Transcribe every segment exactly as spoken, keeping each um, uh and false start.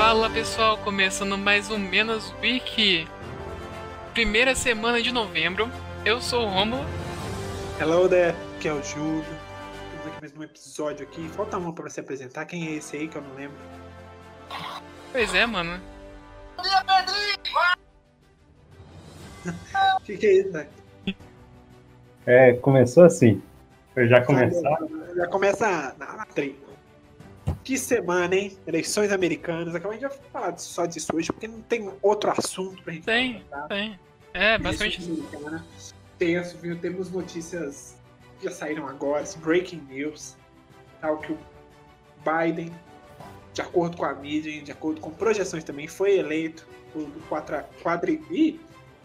Fala pessoal, começando mais um Menos Week, primeira semana de novembro. Eu sou o Romulo. Hello there, que é o Júlio. Estamos aqui mais um episódio aqui. Falta uma pra se apresentar. Quem é esse aí que eu não lembro? Pois é, mano. O que, que é isso, né? É, começou assim. Eu já começar. Já começa na, na treino. Que semana, hein? Eleições americanas. Acabamos de falar só disso hoje, porque não tem outro assunto pra gente Tem, falar. tem. É, basicamente. Tenso, viu? Temos notícias que já saíram agora, assim, breaking news. Tal que o Biden, de acordo com a mídia, de acordo com projeções também, foi eleito o quadrigésimo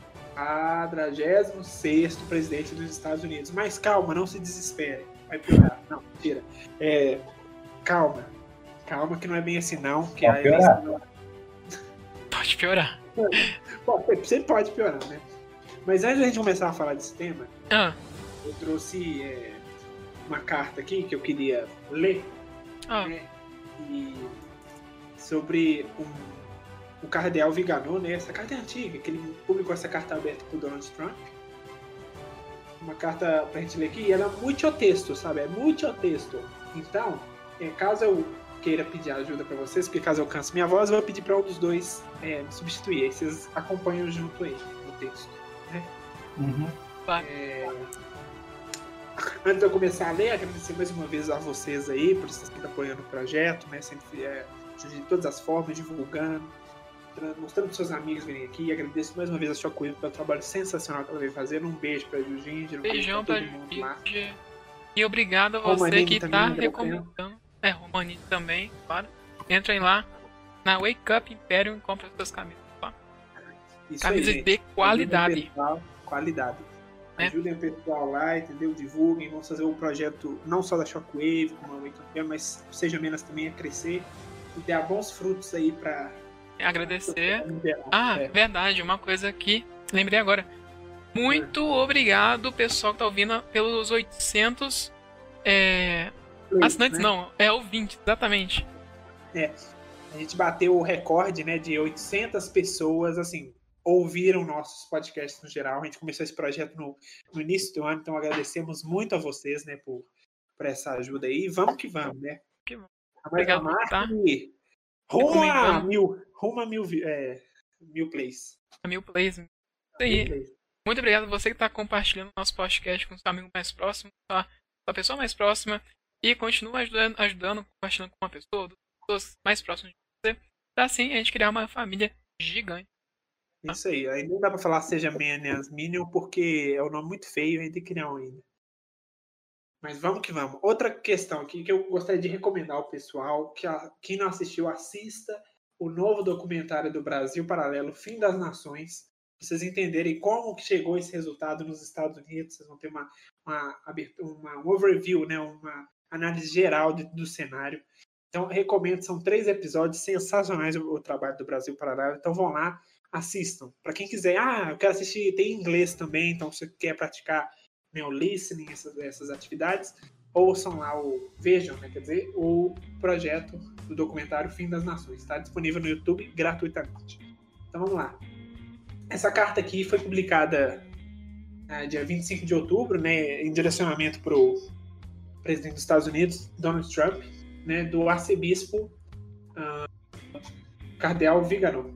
sexto presidente dos Estados Unidos. Mas calma, não se desespere. Vai piorar. Não, mentira. É, calma. Calma que não é bem assim não. Que Pode a piorar. eleição... Pode piorar. Pode, sempre pode piorar, né? Mas antes da gente começar a falar desse tema, Ah, eu trouxe é, uma carta aqui que eu queria ler. ah, Né? E sobre um, o cardeal Vigano, né? Essa carta é antiga, que ele publicou essa carta aberta pro Donald Trump. Uma carta pra gente ler aqui, e ela é muito texto, sabe? É muito texto. Então, é, caso eu queira pedir ajuda pra vocês, porque caso eu canse minha voz, eu vou pedir pra um dos dois é, me substituir. Aí vocês acompanham junto aí no texto. Né? Uhum. vai. É... Antes de eu começar a ler, agradecer mais uma vez a vocês aí por estar sempre apoiando o projeto, né? Sempre é, de todas as formas, divulgando, mostrando para seus amigos virem aqui. Agradeço mais uma vez a Shockwave pelo trabalho sensacional que ela veio fazendo. Um beijo pra Ginger, um Beijão pra pra todo mundo lá. gente. E obrigado a você Romanini que também, tá acompanhando. recomendando. É, Romanini também, claro. Entrem lá na Wake Up Imperium e comprem as suas camisas lá. Isso Camisas aí, gente. de qualidade. Ajudem o pessoal, qualidade. É. Ajudem o pessoal lá, entendeu? Divulguem, vamos fazer um projeto não só da Shockwave, como a Wake Up, mas seja menos também a crescer e dar bons frutos aí pra Agradecer. geral. Ah, É. verdade, uma coisa que lembrei agora. Muito obrigado, pessoal que tá ouvindo, pelos oitocentos é, assinantes, né? não, é ouvintes, exatamente. A gente bateu o recorde, né, de oitocentas pessoas, assim, ouviram nossos podcasts no geral. A gente começou esse projeto no, no início do ano, então agradecemos muito a vocês, né, por, por essa ajuda aí. Vamos que vamos, né? Que bom. A mais Obrigado uma por marca estar e rumo a recomendando. mil, rumo a mil, vi- é, mil plays. A mil plays. Isso Mil aí. plays. Muito obrigado a você que está compartilhando nosso podcast com seu amigo mais próximo, sua, sua pessoa mais próxima. E continua ajudando, ajudando, compartilhando com uma pessoa, duas pessoas mais próximas de você. Pra assim a gente criar uma família gigante. Isso aí. Aí não dá pra falar seja menos Minion, porque é um nome muito feio, aí tem que criar um ainda. Mas vamos que vamos. Outra questão aqui que eu gostaria de recomendar ao pessoal, que a, quem não assistiu, assista o novo documentário do Brasil Paralelo, Fim das Nações, pra vocês entenderem como que chegou esse resultado nos Estados Unidos. Vocês vão ter uma, uma, abertura, uma um overview, né, uma análise geral de, do cenário. Então, recomendo, são três episódios sensacionais o, o trabalho do Brasil Paralelo. Então, vão lá, assistam. Para quem quiser, ah, eu quero assistir, tem inglês também, então se você quer praticar, né, o listening, essas, essas atividades, ouçam lá, o, vejam, né, quer dizer, o projeto do documentário Fim das Nações. Está disponível no YouTube gratuitamente. Então, vamos lá. Essa carta aqui foi publicada ah, dia vinte e cinco de outubro, né, em direcionamento para o presidente dos Estados Unidos, Donald Trump, né, do arcebispo uh, cardeal Vigano.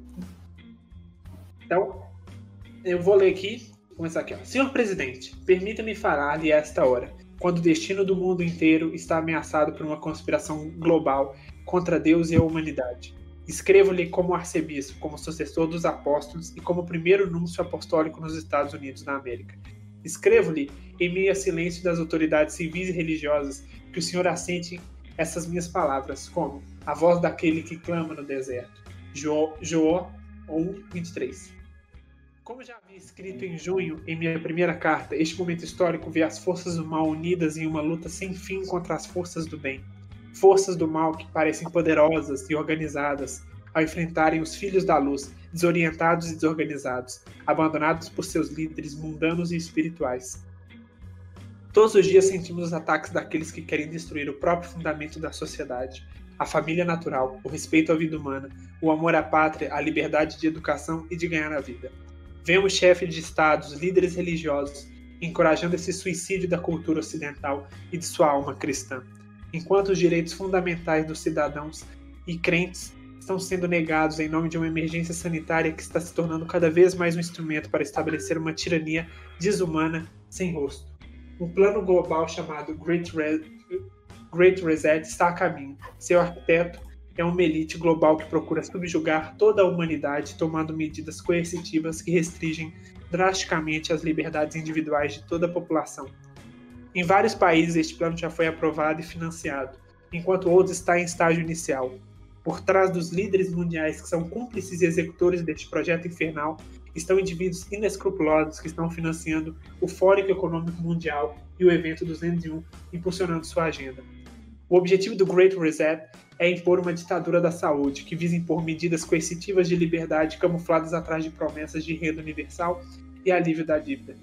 Então, eu vou ler aqui, vou começar aqui. Ó. Senhor presidente, permita-me falar-lhe a esta hora, quando o destino do mundo inteiro está ameaçado por uma conspiração global contra Deus e a humanidade. Escrevo-lhe como arcebispo, como sucessor dos apóstolos e como primeiro núncio apostólico nos Estados Unidos da América. Escrevo-lhe, em meio a silêncio das autoridades civis e religiosas, que o Senhor assente essas minhas palavras, como a voz daquele que clama no deserto. Jó, Jó um, vinte e três. Como já havia escrito em junho, em minha primeira carta, este momento histórico vê as forças do mal unidas em uma luta sem fim contra as forças do bem. Forças do mal que parecem poderosas e organizadas ao enfrentarem os filhos da luz, desorientados e desorganizados, abandonados por seus líderes mundanos e espirituais. Todos os dias sentimos os ataques daqueles que querem destruir o próprio fundamento da sociedade, a família natural, o respeito à vida humana, o amor à pátria, a liberdade de educação e de ganhar a vida. Vemos chefes de estados, líderes religiosos, encorajando esse suicídio da cultura ocidental e de sua alma cristã, enquanto os direitos fundamentais dos cidadãos e crentes estão sendo negados em nome de uma emergência sanitária que está se tornando cada vez mais um instrumento para estabelecer uma tirania desumana sem rosto. Um plano global chamado Great, Re- Great Reset está a caminho. Seu arquiteto é uma elite global que procura subjugar toda a humanidade, tomando medidas coercitivas que restringem drasticamente as liberdades individuais de toda a população. Em vários países, este plano já foi aprovado e financiado, enquanto outros está em estágio inicial. Por trás dos líderes mundiais que são cúmplices e executores deste projeto infernal, estão indivíduos inescrupulosos que estão financiando o Fórum Econômico Mundial e o Evento duzentos e um, impulsionando sua agenda. O objetivo do Great Reset é impor uma ditadura da saúde, que visa impor medidas coercitivas de liberdade camufladas atrás de promessas de renda universal e alívio da dívida.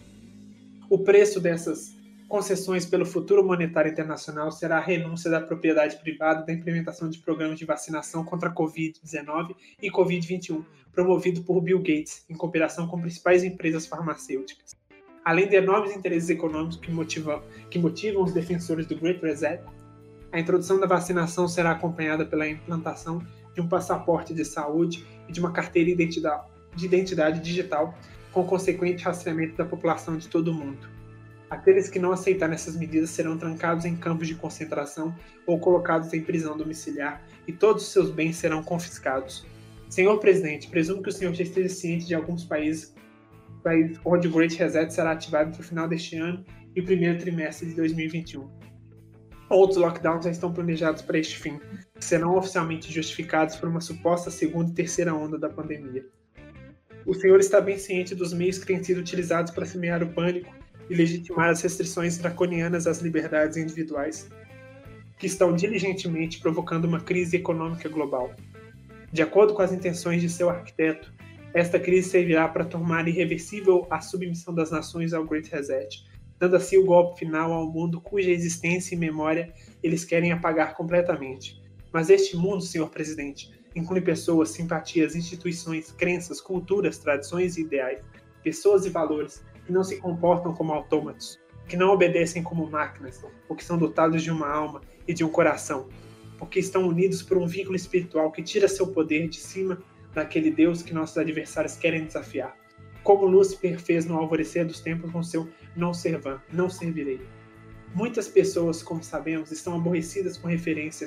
O preço dessas concessões pelo futuro monetário internacional será a renúncia da propriedade privada e da implementação de programas de vacinação contra a covid dezenove e covid vinte e um, promovido por Bill Gates, em cooperação com principais empresas farmacêuticas. Além de enormes interesses econômicos que motivam, que motivam os defensores do Great Reset, a introdução da vacinação será acompanhada pela implantação de um passaporte de saúde e de uma carteira de identidade digital, com consequente rastreamento da população de todo o mundo. Aqueles que não aceitarem essas medidas serão trancados em campos de concentração ou colocados em prisão domiciliar e todos os seus bens serão confiscados. Senhor Presidente, presumo que o senhor já esteja ciente de alguns países, países onde o Great Reset será ativado entre o final deste ano e o primeiro trimestre de dois mil e vinte e um. Outros lockdowns já estão planejados para este fim, que serão oficialmente justificados por uma suposta segunda e terceira onda da pandemia. O senhor está bem ciente dos meios que têm sido utilizados para semear o pânico e legitimar as restrições draconianas às liberdades individuais, que estão diligentemente provocando uma crise econômica global. De acordo com as intenções de seu arquiteto, esta crise servirá para tornar irreversível a submissão das nações ao Great Reset, dando assim o golpe final ao mundo cuja existência e memória eles querem apagar completamente. Mas este mundo, senhor presidente, inclui pessoas, simpatias, instituições, crenças, culturas, tradições e ideais, pessoas e valores que não se comportam como autômatos, que não obedecem como máquinas, porque são dotados de uma alma e de um coração, porque estão unidos por um vínculo espiritual que tira seu poder de cima daquele Deus que nossos adversários querem desafiar. Como Lúcifer fez no alvorecer dos tempos com seu não servã, não servirei. Muitas pessoas, como sabemos, estão aborrecidas com referência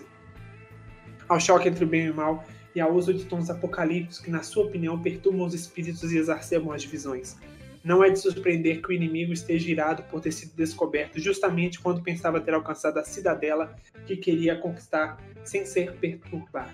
ao choque entre o bem e o mal e ao uso de tons apocalípticos que, na sua opinião, perturbam os espíritos e exacerbam as divisões. Não é de surpreender que o inimigo esteja irado por ter sido descoberto justamente quando pensava ter alcançado a cidadela que queria conquistar sem ser perturbado.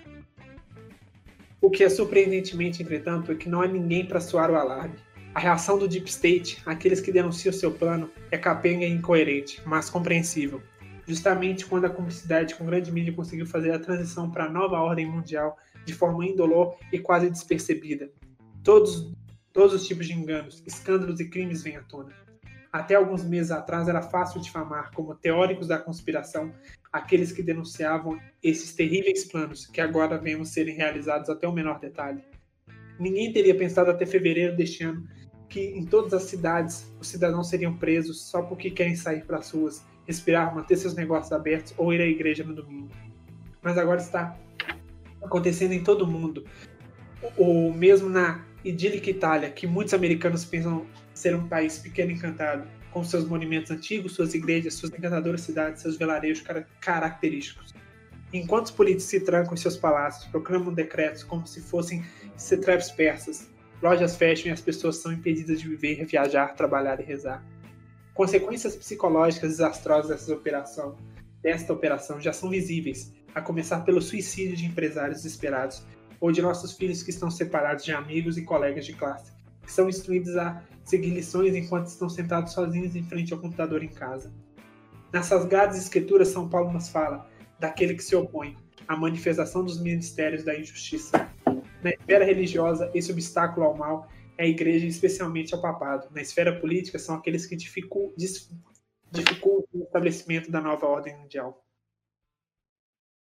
O que é surpreendentemente, entretanto, é que não há ninguém para soar o alarme. A reação do Deep State, aqueles que denunciam seu plano, é capenga e incoerente, mas compreensível. Justamente quando a cumplicidade com grande mídia conseguiu fazer a transição para a nova ordem mundial de forma indolor e quase despercebida. Todos, todos os tipos de enganos, escândalos e crimes vêm à tona. Até alguns meses atrás era fácil difamar como teóricos da conspiração aqueles que denunciavam esses terríveis planos que agora vemos serem realizados até o menor detalhe. Ninguém teria pensado até fevereiro deste ano que em todas as cidades os cidadãos seriam presos só porque querem sair para as ruas, respirar, manter seus negócios abertos ou ir à igreja no domingo. Mas agora está acontecendo em todo o mundo, ou mesmo na idílica Itália, que muitos americanos pensam ser um país pequeno e encantado, com seus monumentos antigos, suas igrejas, suas encantadoras cidades, seus vilarejos car- característicos. Enquanto os políticos se trancam em seus palácios, proclamam decretos como se fossem cetrepes persas, lojas fecham e as pessoas são impedidas de viver, viajar, trabalhar e rezar. Consequências psicológicas desastrosas dessa operação, desta operação já são visíveis, a começar pelo suicídio de empresários desesperados ou de nossos filhos que estão separados de amigos e colegas de classe, que são instruídos a seguir lições enquanto estão sentados sozinhos em frente ao computador em casa. Nas sagradas escrituras, São Paulo nos fala daquele que se opõe à manifestação dos ministérios da injustiça. Na esfera religiosa, esse obstáculo ao mal é a igreja, especialmente ao papado. Na esfera política, são aqueles que dificultam, dificultam o estabelecimento da nova ordem mundial.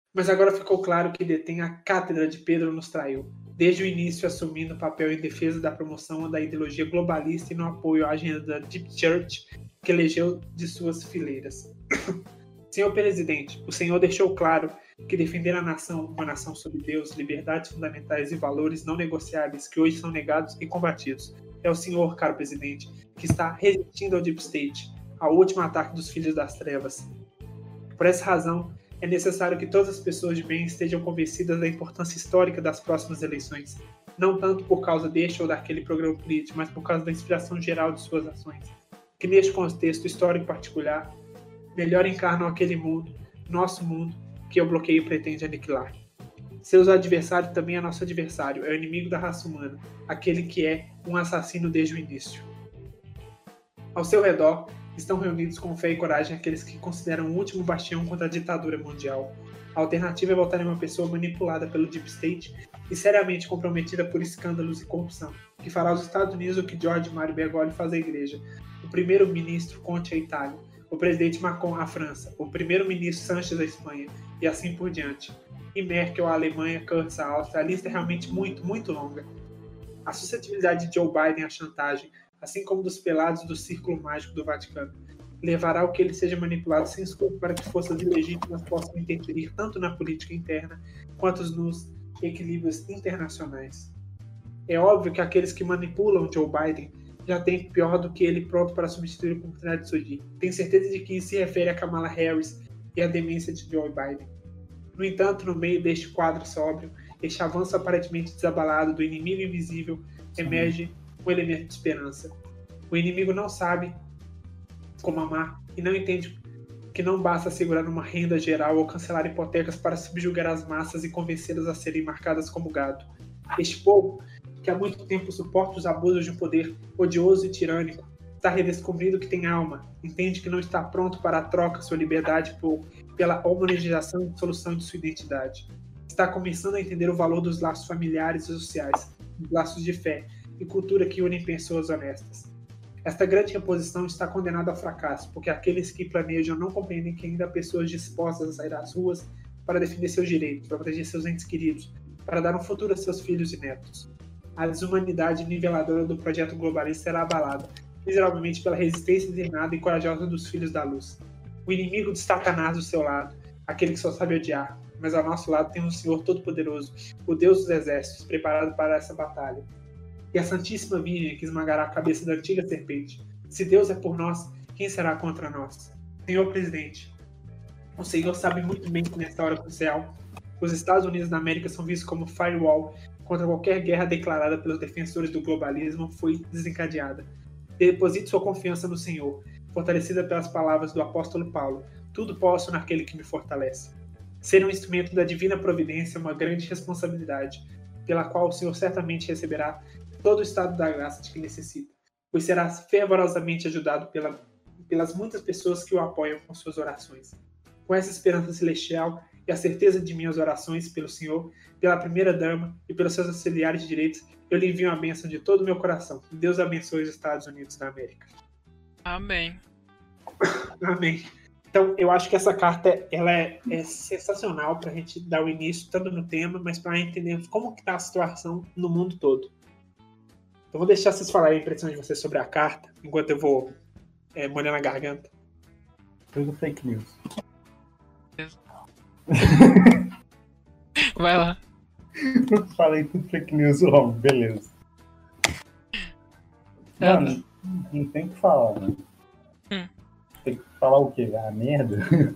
Mas agora ficou claro que detém a cátedra de Pedro nos traiu, desde o início assumindo papel em defesa da promoção da ideologia globalista e no apoio à agenda da Deep Church que elegeu de suas fileiras. Senhor Presidente, o Senhor deixou claro que defender a nação, uma nação sob Deus, liberdades fundamentais e valores não negociáveis que hoje são negados e combatidos. É o Senhor, caro Presidente, que está resistindo ao Deep State, ao último ataque dos filhos das trevas. Por essa razão, é necessário que todas as pessoas de bem estejam convencidas da importância histórica das próximas eleições, não tanto por causa deste ou daquele programa político, mas por causa da inspiração geral de suas ações, que neste contexto histórico particular, melhor encarnam aquele mundo, nosso mundo, que o bloqueio pretende aniquilar. Seus adversários também é nosso adversário, é o inimigo da raça humana, aquele que é um assassino desde o início. Ao seu redor, estão reunidos com fé e coragem aqueles que consideram o último bastião contra a ditadura mundial. A alternativa é votar em uma pessoa manipulada pelo Deep State e seriamente comprometida por escândalos e corrupção, que fará aos Estados Unidos o que George Mario Bergoglio faz à Igreja, o primeiro-ministro Conte à Itália, o presidente Macron à França, o primeiro-ministro Sánchez à Espanha, e assim por diante. E Merkel à Alemanha, Kurz à Áustria, a lista é realmente muito, muito longa. A suscetibilidade de Joe Biden à chantagem, assim como dos pelados do círculo mágico do Vaticano, levará ao que ele seja manipulado sem escudo para que forças ilegítimas possam interferir tanto na política interna quanto nos equilíbrios internacionais. É óbvio que aqueles que manipulam Joe Biden já têm pior do que ele pronto para substituir a oportunidade de surgir. Tenho certeza de que isso se refere a Kamala Harris e a demência de Joe Biden. No entanto, no meio deste quadro sóbrio, este avanço aparentemente desabalado do inimigo invisível, emerge um elemento de esperança. O inimigo não sabe como amar e não entende que não basta assegurar uma renda geral ou cancelar hipotecas para subjugar as massas e convencê-las a serem marcadas como gado. Este povo, que há muito tempo suporta os abusos de um poder odioso e tirânico, está redescobrindo que tem alma, entende que não está pronto para a troca sua liberdade por, pela homogenização e dissolução de sua identidade. Está começando a entender o valor dos laços familiares e sociais, dos laços de fé e cultura que unem pessoas honestas. Esta grande reposição está condenada ao fracasso, porque aqueles que planejam não compreendem que ainda há pessoas dispostas a sair às ruas para defender seus direitos, para proteger seus entes queridos, para dar um futuro a seus filhos e netos. A desumanidade niveladora do projeto globalista será abalada, miseravelmente pela resistência indignada e corajosa dos filhos da luz. O inimigo de Satanás do seu lado, aquele que só sabe odiar, mas ao nosso lado tem um Senhor Todo-Poderoso, o Deus dos Exércitos, preparado para essa batalha. E a Santíssima Virgem que esmagará a cabeça da antiga serpente. Se Deus é por nós, quem será contra nós? Senhor Presidente, o Senhor sabe muito bem que nesta hora crucial, os Estados Unidos da América são vistos como firewall contra qualquer guerra declarada pelos defensores do globalismo foi desencadeada. Deposite sua confiança no Senhor, fortalecida pelas palavras do apóstolo Paulo. Tudo posso naquele que me fortalece. Ser um instrumento da divina providência é uma grande responsabilidade, pela qual o Senhor certamente receberá todo o estado da graça de que necessita, pois será fervorosamente ajudado pela, pelas muitas pessoas que o apoiam com suas orações. Com essa esperança celestial e a certeza de minhas orações pelo Senhor, pela primeira-dama e pelos seus auxiliares de direitos, eu lhe envio a bênção de todo o meu coração. Deus abençoe os Estados Unidos da América. Amém. Amém. Então, eu acho que essa carta ela é, é sensacional para a gente dar o início, tanto no tema, mas para entender como está a situação no mundo todo. Então, vou deixar vocês falarem a impressão de vocês sobre a carta, enquanto eu vou é, molhando a garganta. Tudo fake news. Vai lá. Falei tudo fake news logo, beleza. Mano, não tem o que falar, né? Hum. Tem que falar o quê? Ah, merda?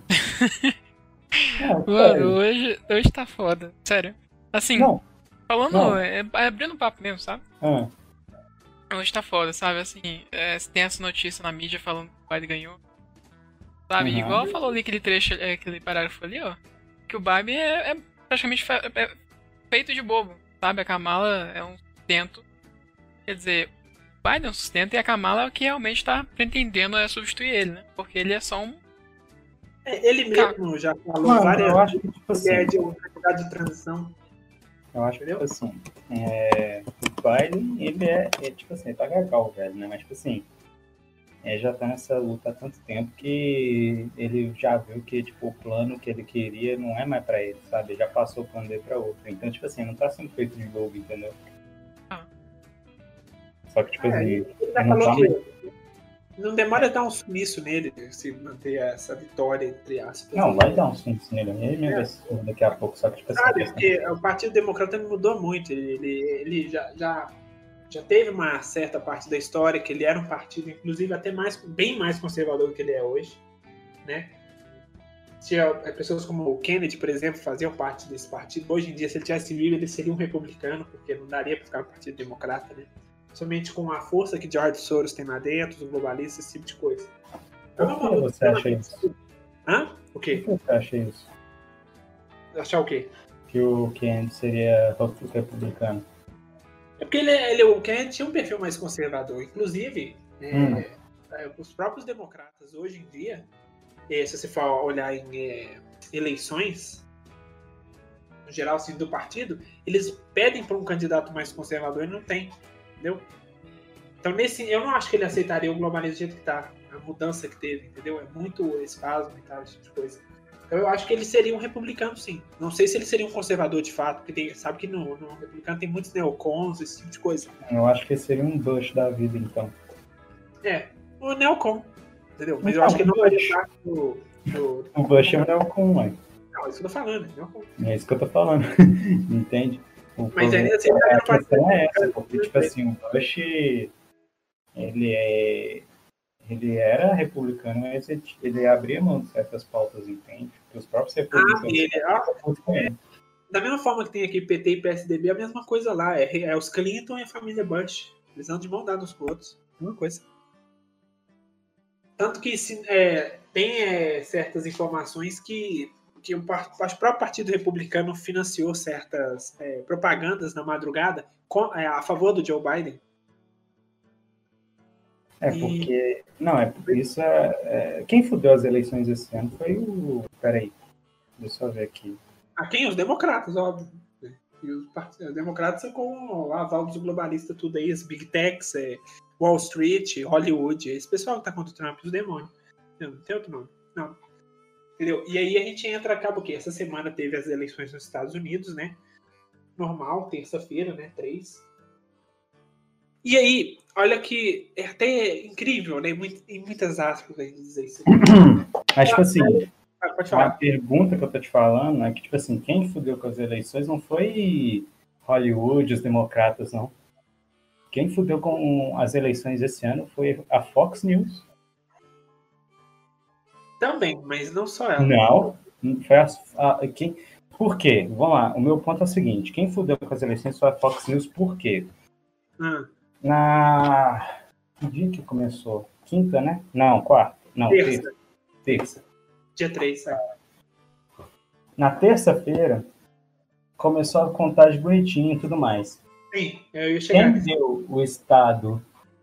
Não, Mano, hoje, hoje tá foda. Sério. Assim, não, falando, não. é, é abrindo papo mesmo, sabe? Ah, Hoje tá foda, sabe? Assim, é, tem essa notícia na mídia falando que o Biden ganhou. Sabe? Uhum. Igual falou ali aquele trecho, é, aquele parágrafo ali, ó. Que o Biden é, é praticamente fe- é feito de bobo, sabe? A Kamala é um sustento. Quer dizer, o Biden é um sustento e a Kamala é o que realmente tá pretendendo é substituir ele, né? Porque ele é só um. É, ele mesmo já falou Mano, várias eu acho que, tipo vezes que é assim, de uma quantidade de transição. eu acho que, tipo assim, é, o Biden, ele é, é, tipo assim, ele tá gagal, velho, né? Mas, tipo assim, é, já tá nessa luta há tanto tempo que ele já viu que, tipo, o plano que ele queria não é mais pra ele, sabe? Ele já passou o plano dele pra outro. Então, tipo assim, não tá sendo feito de novo, entendeu? Ah. Só que, tipo É, assim, ele já não falou tá que mais... não demora a dar um sumiço nele, se manter essa vitória, entre aspas. Não, vai dar um sumiço nele. Ele mesmo vai se sumir daqui a pouco, só que, tipo assim... Sabe, questão- porque o Partido Democrata mudou muito. Ele, ele, ele já, já, já teve uma certa parte da história que ele era um partido, inclusive, até mais, bem mais conservador do que ele é hoje, né? Tinha pessoas como o Kennedy, por exemplo, faziam parte desse partido. Hoje em dia, se ele tivesse vivo, ele seria um republicano, porque não daria para ficar no Partido Democrata, né? Somente com a força que George Soros tem lá dentro, os globalistas, esse tipo de coisa. Por que você acha isso? Hã? O quê? Por que você acha isso? Achar o quê? Que o Kennedy seria republicano? É porque ele, ele, o Kennedy tinha um perfil mais conservador. Inclusive, é, Hum. é, os próprios democratas, hoje em dia, é, se você for olhar em é, eleições, no geral, assim, do partido, eles pedem para um candidato mais conservador e não tem. Entendeu? Então, nesse, eu não acho que ele aceitaria o globalismo do jeito que está, a mudança que teve, entendeu? É muito espasmo e tal, esse tipo de coisa. Então, eu acho que ele seria um republicano, sim. Não sei se ele seria um conservador de fato, porque tem, sabe que no, no republicano tem muitos neocons, esse tipo de coisa. Eu acho que seria um Bush da vida, então. É, o neocon, entendeu? Mas eu Então, acho que ele não Bush. faria parte do, do... O Bush é um neocon, mãe. Não, isso que eu tô falando, neocon. É isso que eu tô falando. Entende? O Mas problema- ainda assim, ele a era parte questão é do- essa, porque, tipo assim, o Bush, ele é... Ele era republicano, mas ele, ele abria mão de certas pautas, entende? Que os próprios republicanos... Ah, ele, ah, estavam com ele. da mesma forma que tem aqui P T e P S D B, a mesma coisa lá. É, é os Clinton e a família Bush. Eles andam de mão dada uns com os outros. Uma coisa. Tanto que se, é, tem é, certas informações que, que o, par- o próprio Partido Republicano financiou certas é, propagandas na madrugada com- é, a favor do Joe Biden. É E- porque... Não, é porque isso é, é... Quem fudeu as eleições esse ano foi o... Peraí, deixa eu ver aqui. A quem? Os democratas, óbvio. E os, part- os democratas são com o aval dos globalistas, tudo aí, as big techs, é, Wall Street, Hollywood, esse pessoal que tá contra o Trump, os demônios. Não, não tem outro nome. Não. Entendeu? E aí a gente entra, acaba o quê? Essa semana teve as eleições nos Estados Unidos, né? Normal, terça-feira, né? Três. E aí, olha que é até incrível, né? Muito- em muitas aspas, aí, dizer isso. Mas, tipo assim, Ah, pode a falar. pergunta que eu tô te falando é que, tipo assim, quem fudeu com as eleições não foi Hollywood, os democratas, não. Quem fudeu com as eleições esse ano foi a Fox News. Também, mas não só ela. Não, foi a, a- quem, por quê? Vamos lá, o meu ponto é o seguinte, quem fudeu com as eleições foi a Fox News, por quê? Ah, Na... Que dia que começou? Quinta, né? Não, quarta. Não, terça. terça, terça. dia três, sabe? Na terça-feira, começou a contagem bonitinha e tudo mais. Sim, eu ia chegar Quem nisso. deu o estado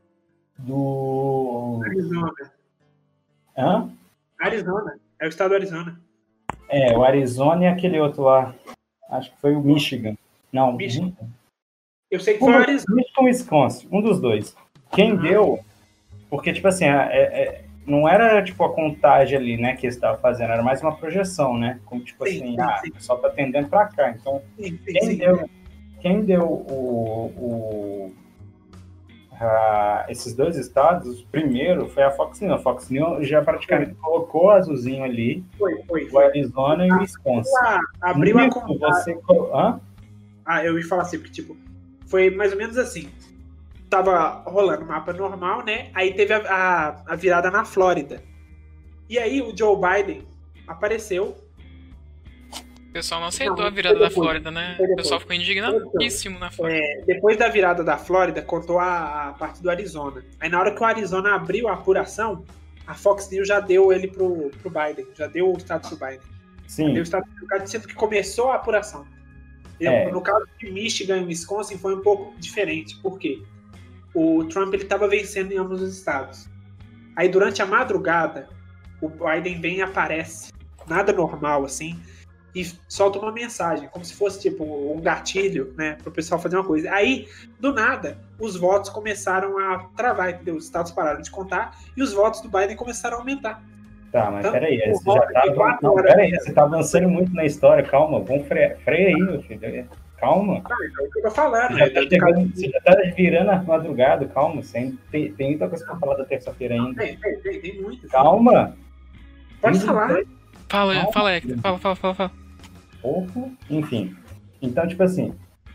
do... Arizona. Hã? Arizona. É o estado do Arizona. É, o Arizona e aquele outro lá. Acho que foi o Michigan. Não, Michigan. um- Eu sei que foi o um- Arizona. Michigan ou Wisconsin, um dos dois. Quem Uhum. deu... Porque, tipo assim, é- é- não era tipo a contagem ali, né, que eles estavam fazendo, era mais uma projeção, né? Como tipo Sim, assim, sim, ah, sim. só tá tendendo pra cá. Então, Sim, sim, quem sim. deu, quem deu o, o- a- esses dois estados, primeiro foi a Fox News. A Fox News já praticamente colocou o azulzinho ali, Foi, foi. o foi. Arizona e o Wisconsin. Ah, abriu a Nisso, contagem. você... colo- Hã? Ah, eu ia falar assim, porque, tipo, foi mais ou menos assim. Tava rolando mapa normal, né? Aí teve a, a, a virada na Flórida. E aí o Joe Biden apareceu. O pessoal não aceitou Não, a virada foi da depois. Flórida, né? Foi O depois. pessoal ficou indignadíssimo na Flórida. É, depois da virada da Flórida, contou a, a parte do Arizona. Aí na hora que o Arizona abriu a apuração, a Fox News já deu ele pro, pro Biden. Já deu o status pro Biden. Sim, Deu o status pro Biden sendo que começou a apuração. É. No caso de Michigan e Wisconsin foi um pouco diferente. Por quê? O Trump ele estava vencendo em ambos os estados. Aí durante a madrugada, o Biden vem e aparece. Nada normal, assim. e solta uma mensagem, como se fosse tipo um gatilho, né, para o pessoal fazer uma coisa. Aí, do nada, os votos começaram a travar, entendeu? Os estados pararam de contar e os votos do Biden começaram a aumentar. Tá, mas Então, peraí, o você já voto de tava... quatro Não, horas- peraí, você tá avançando muito na história, calma, vamos freia, freia aí, meu filho, calma. Ah, então é o que eu tô falando. Você já, é tá do chegando- caso- você já tá virando a madrugada, calma, você ainda tem, tem muita coisa pra falar da terça-feira ainda. Tem, tem, tem, tem muito. Calma! Pode Tem falar. muito- Fala, Calma. fala, Hector. Fala, fala, fala, fala. pouco, enfim. Então, tipo assim,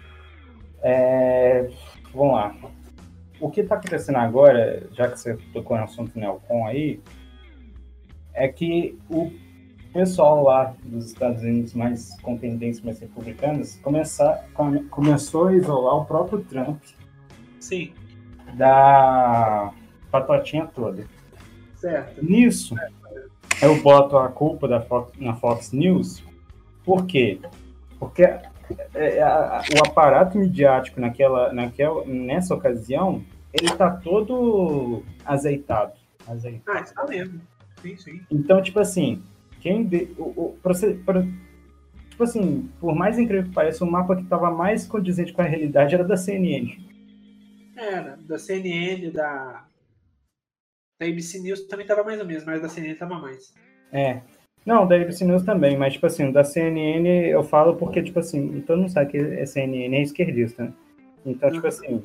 é, vamos lá. O que está acontecendo agora, já que você tocou no assunto Neocon aí, é que o pessoal lá dos Estados Unidos, mais com tendências mais republicanas, começar, come, começou a isolar o próprio Trump Sim, da patotinha toda. certo. Nisso, eu boto a culpa da Fox, na Fox News. Por quê? Porque é, a, o aparato midiático naquela, naquela, nessa ocasião, ele está todo azeitado. azeitado. Ah, isso tá mesmo. Sim, sim. Então, tipo assim, quem de, o, o, pra você, pra, tipo assim, por mais incrível que pareça, o mapa que estava mais condizente com a realidade era da C N N. Era, da C N N, da, da A B C News também tava mais ou menos, mas da C N N tava mais. É. Não, da A B C News também, mas, tipo assim, da C N N eu falo porque, tipo assim, todo mundo sabe que a C N N é esquerdista, né? Então, tipo assim,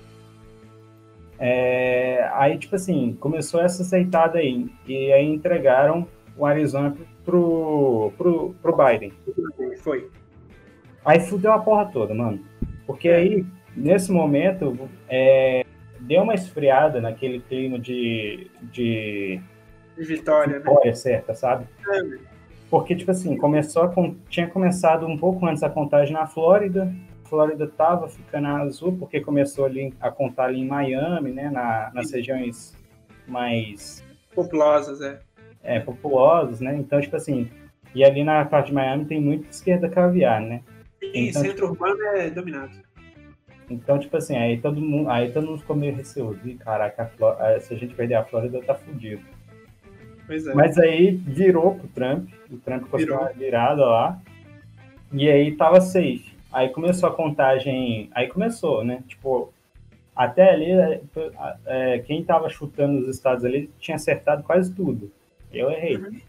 é, aí, tipo assim, começou essa aceitada aí, e aí entregaram o Arizona pro, pro, pro Biden. Foi. Aí fudeu a porra toda, mano. Porque É. aí, nesse momento, é, deu uma esfriada naquele clima de... de De vitória, né? vitória certa, sabe? É, Porque, tipo assim, começou a, con- tinha começado um pouco antes a contagem na Flórida. A Flórida tava ficando azul, porque começou ali a contar ali em Miami, né? Na, nas regiões mais populosas, é. é, populosas, né? Então, tipo assim, e ali na parte de Miami tem muita esquerda caviar, né? E Então, centro urbano é dominado. Então, tipo assim, aí todo mundo, aí todo mundo ficou meio receoso. E, caraca, a Fló- eh, se a gente perder a Flórida, tá fudido. Pois é. Mas aí virou pro Trump, o Trump conseguiu Virou. uma virada lá, e aí tava safe. Aí começou a contagem, aí começou, né? Tipo, até ali, é, é, quem tava chutando os estados ali tinha acertado quase tudo. Eu errei. Uhum.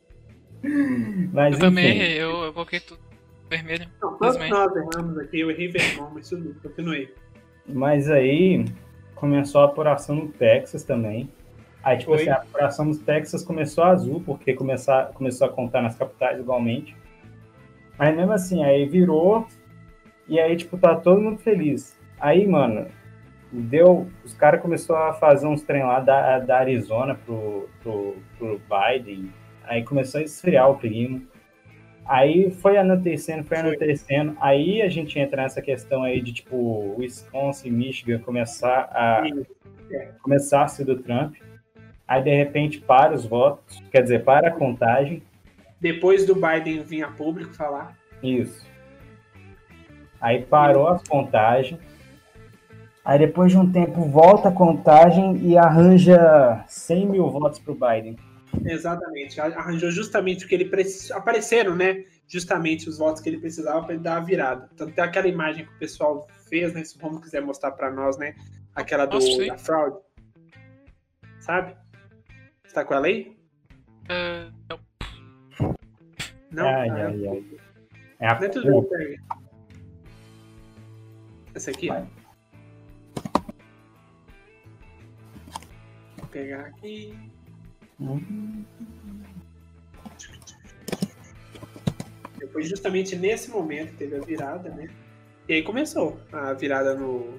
Mas, Eu também enfim, errei, eu, eu coloquei tudo vermelho. Não, todos Infelizmente. nós erramos aqui, eu errei Vermont, mas tudo, continuei. mas aí começou a apuração no Texas também. Aí, tipo Foi. assim, a apuração no Texas começou azul, porque começar, começou a contar nas capitais igualmente. Mas mesmo assim, aí virou, e aí, tipo, tá todo mundo feliz. Aí, mano, deu, os caras começaram a fazer uns trem lá da, da Arizona pro, pro, pro Biden, aí começou a esfriar o clima. Aí foi anoitecendo, foi Foi. anoitecendo, aí a gente entra nessa questão aí de, tipo, Wisconsin e Michigan começar a, E começar a ser do Trump. Aí, de repente, para os votos, quer dizer, para a contagem. depois do Biden vir a público falar, Isso. Aí parou a contagem. Aí, depois de um tempo, volta a contagem e arranja cem mil votos para o Biden. exatamente, arranjou justamente o que ele precisou. Apareceram, né? Justamente os votos que ele precisava para ele dar a virada. Tanto tem aquela imagem que o pessoal fez, né? Se o Romulo quiser mostrar para nós, né? Aquela do, Nossa, sim. da fraude. Sabe? Você tá com ela aí? Ah, não. Não? Ai, Ah, ai, ai. É a Não é tudo bem, pega. Essa aqui, ó. Vai. Vou pegar aqui. Hum. Depois, justamente nesse momento, teve a virada, né? E aí começou a virada no...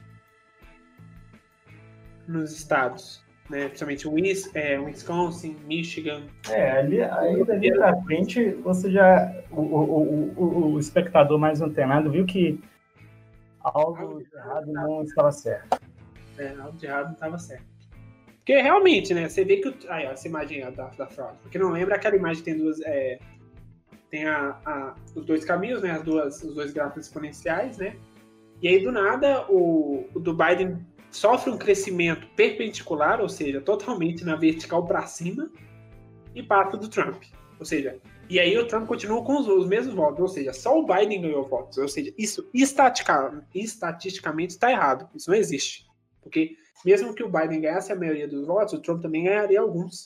nos estados, né? Principalmente Wis- é, Wisconsin, Michigan. É, ali, aí dali pra frente, você já. O, o, o, o espectador mais antenado viu que algo de errado não estava certo. É, algo de errado não estava certo. Porque realmente, né? Você vê que. O... Aí, ó, essa imagem aí, ó, da, da fraude. Porque não lembra aquela imagem que tem duas. É... Tem a, a, os dois caminhos, né? As duas, os dois gráficos exponenciais, né? E aí, do nada, o, o do Biden sofre um crescimento perpendicular, ou seja, totalmente na vertical para cima, e passa do Trump. Ou seja, e aí o Trump continua com os, os mesmos votos. Ou seja, só o Biden ganhou votos. Ou seja, isso estatica, estatisticamente está errado. Isso não existe. Porque mesmo que o Biden ganhasse a maioria dos votos, o Trump também ganharia alguns.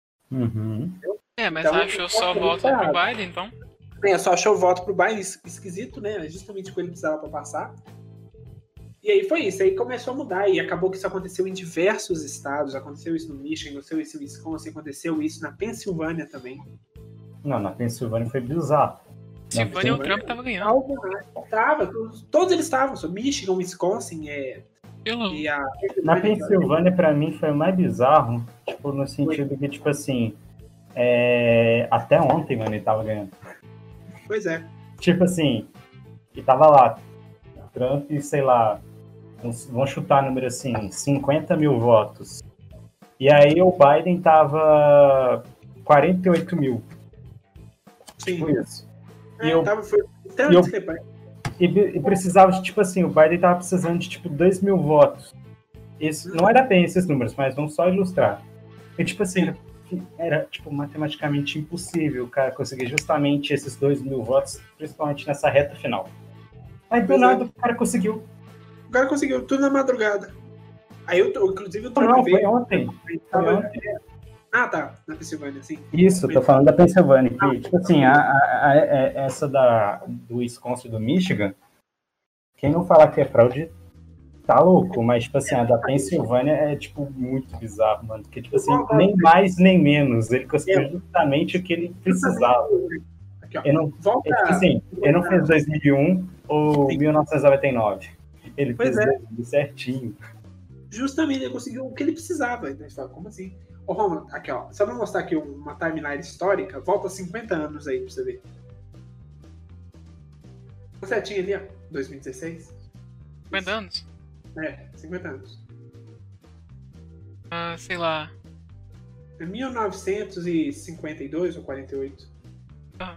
Uhum. É, mas Então, achou só tá voto errado. pro Biden, então. É, só achou voto pro Biden esquisito, né? Justamente o que ele precisava para passar. E aí foi isso, aí começou a mudar, e acabou que isso aconteceu em diversos estados, aconteceu isso no Michigan, aconteceu isso no Wisconsin, aconteceu isso na Pensilvânia também. Não, na Pensilvânia foi bizarro. Pensilvânia o Trump tava ganhando. Algo, né? Tava, todos, todos eles estavam, só Michigan, Wisconsin, é, Pelo... e a... Na Pensilvânia, pra mim, foi o mais bizarro, tipo, no sentido que, tipo assim, é... até ontem, mano, ele tava ganhando. Pois é. Tipo assim, e tava lá, Trump, sei lá, vão chutar número assim, cinquenta mil votos. E aí o Biden tava quarenta e oito mil. Sim. Tipo isso. É, e eu, tava, foi e, eu, e, e precisava, de, tipo assim, o Biden tava precisando de, tipo, dois mil votos. Isso, não era bem esses números, mas vamos só ilustrar. E, tipo assim, era, tipo, matematicamente impossível o cara conseguir justamente esses dois mil votos, principalmente nessa reta final. Aí, do Pois nada, é. o cara conseguiu. O cara conseguiu tudo na madrugada. Aí, eu, inclusive, o Trump Não, veio... foi ontem. Tava, Foi ontem. Ah, tá, na Pensilvânia, sim. Isso, tô falando da Pensilvânia, que, tipo assim, a, a, a, essa da, do Wisconsin e do Michigan, quem não falar que é fraude, tá louco, mas, tipo assim, a da Pensilvânia é, tipo, muito bizarro, mano, porque, tipo assim, nem mais nem menos, ele conseguiu justamente o que ele precisava. Aqui, ó. Ele não, Volta, é, tipo assim, ele não fez dois mil e um ou Sim. mil novecentos e noventa e nove, ele Pois fez é. dois mil certinho. Justamente, ele conseguiu o que ele precisava. Então, a gente fala, como assim? Ô, Roma, aqui, ó. Só pra mostrar aqui uma timeline histórica, volta cinquenta anos aí pra você ver. Você tinha ali, ó, dois mil e dezesseis? cinquenta anos? É, cinquenta anos. Ah, sei lá. É mil novecentos e cinquenta e dois ou quarenta e oito? Ah.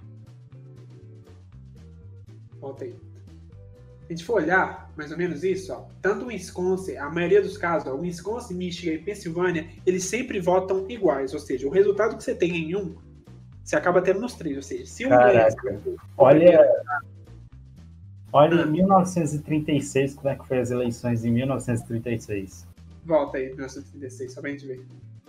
Volta aí. Se a gente for olhar, mais ou menos isso, ó, tanto o Wisconsin, a maioria dos casos, ó, o Wisconsin, Michigan e Pensilvânia, eles sempre votam iguais, ou seja, o resultado que você tem em um, você acaba tendo nos três, ou seja, se um ganha... Caraca, olha, olha Ah. em mil novecentos e trinta e seis, como é que foi as eleições em mil novecentos e trinta e seis? Volta aí, mil novecentos e trinta e seis, só pra gente ver.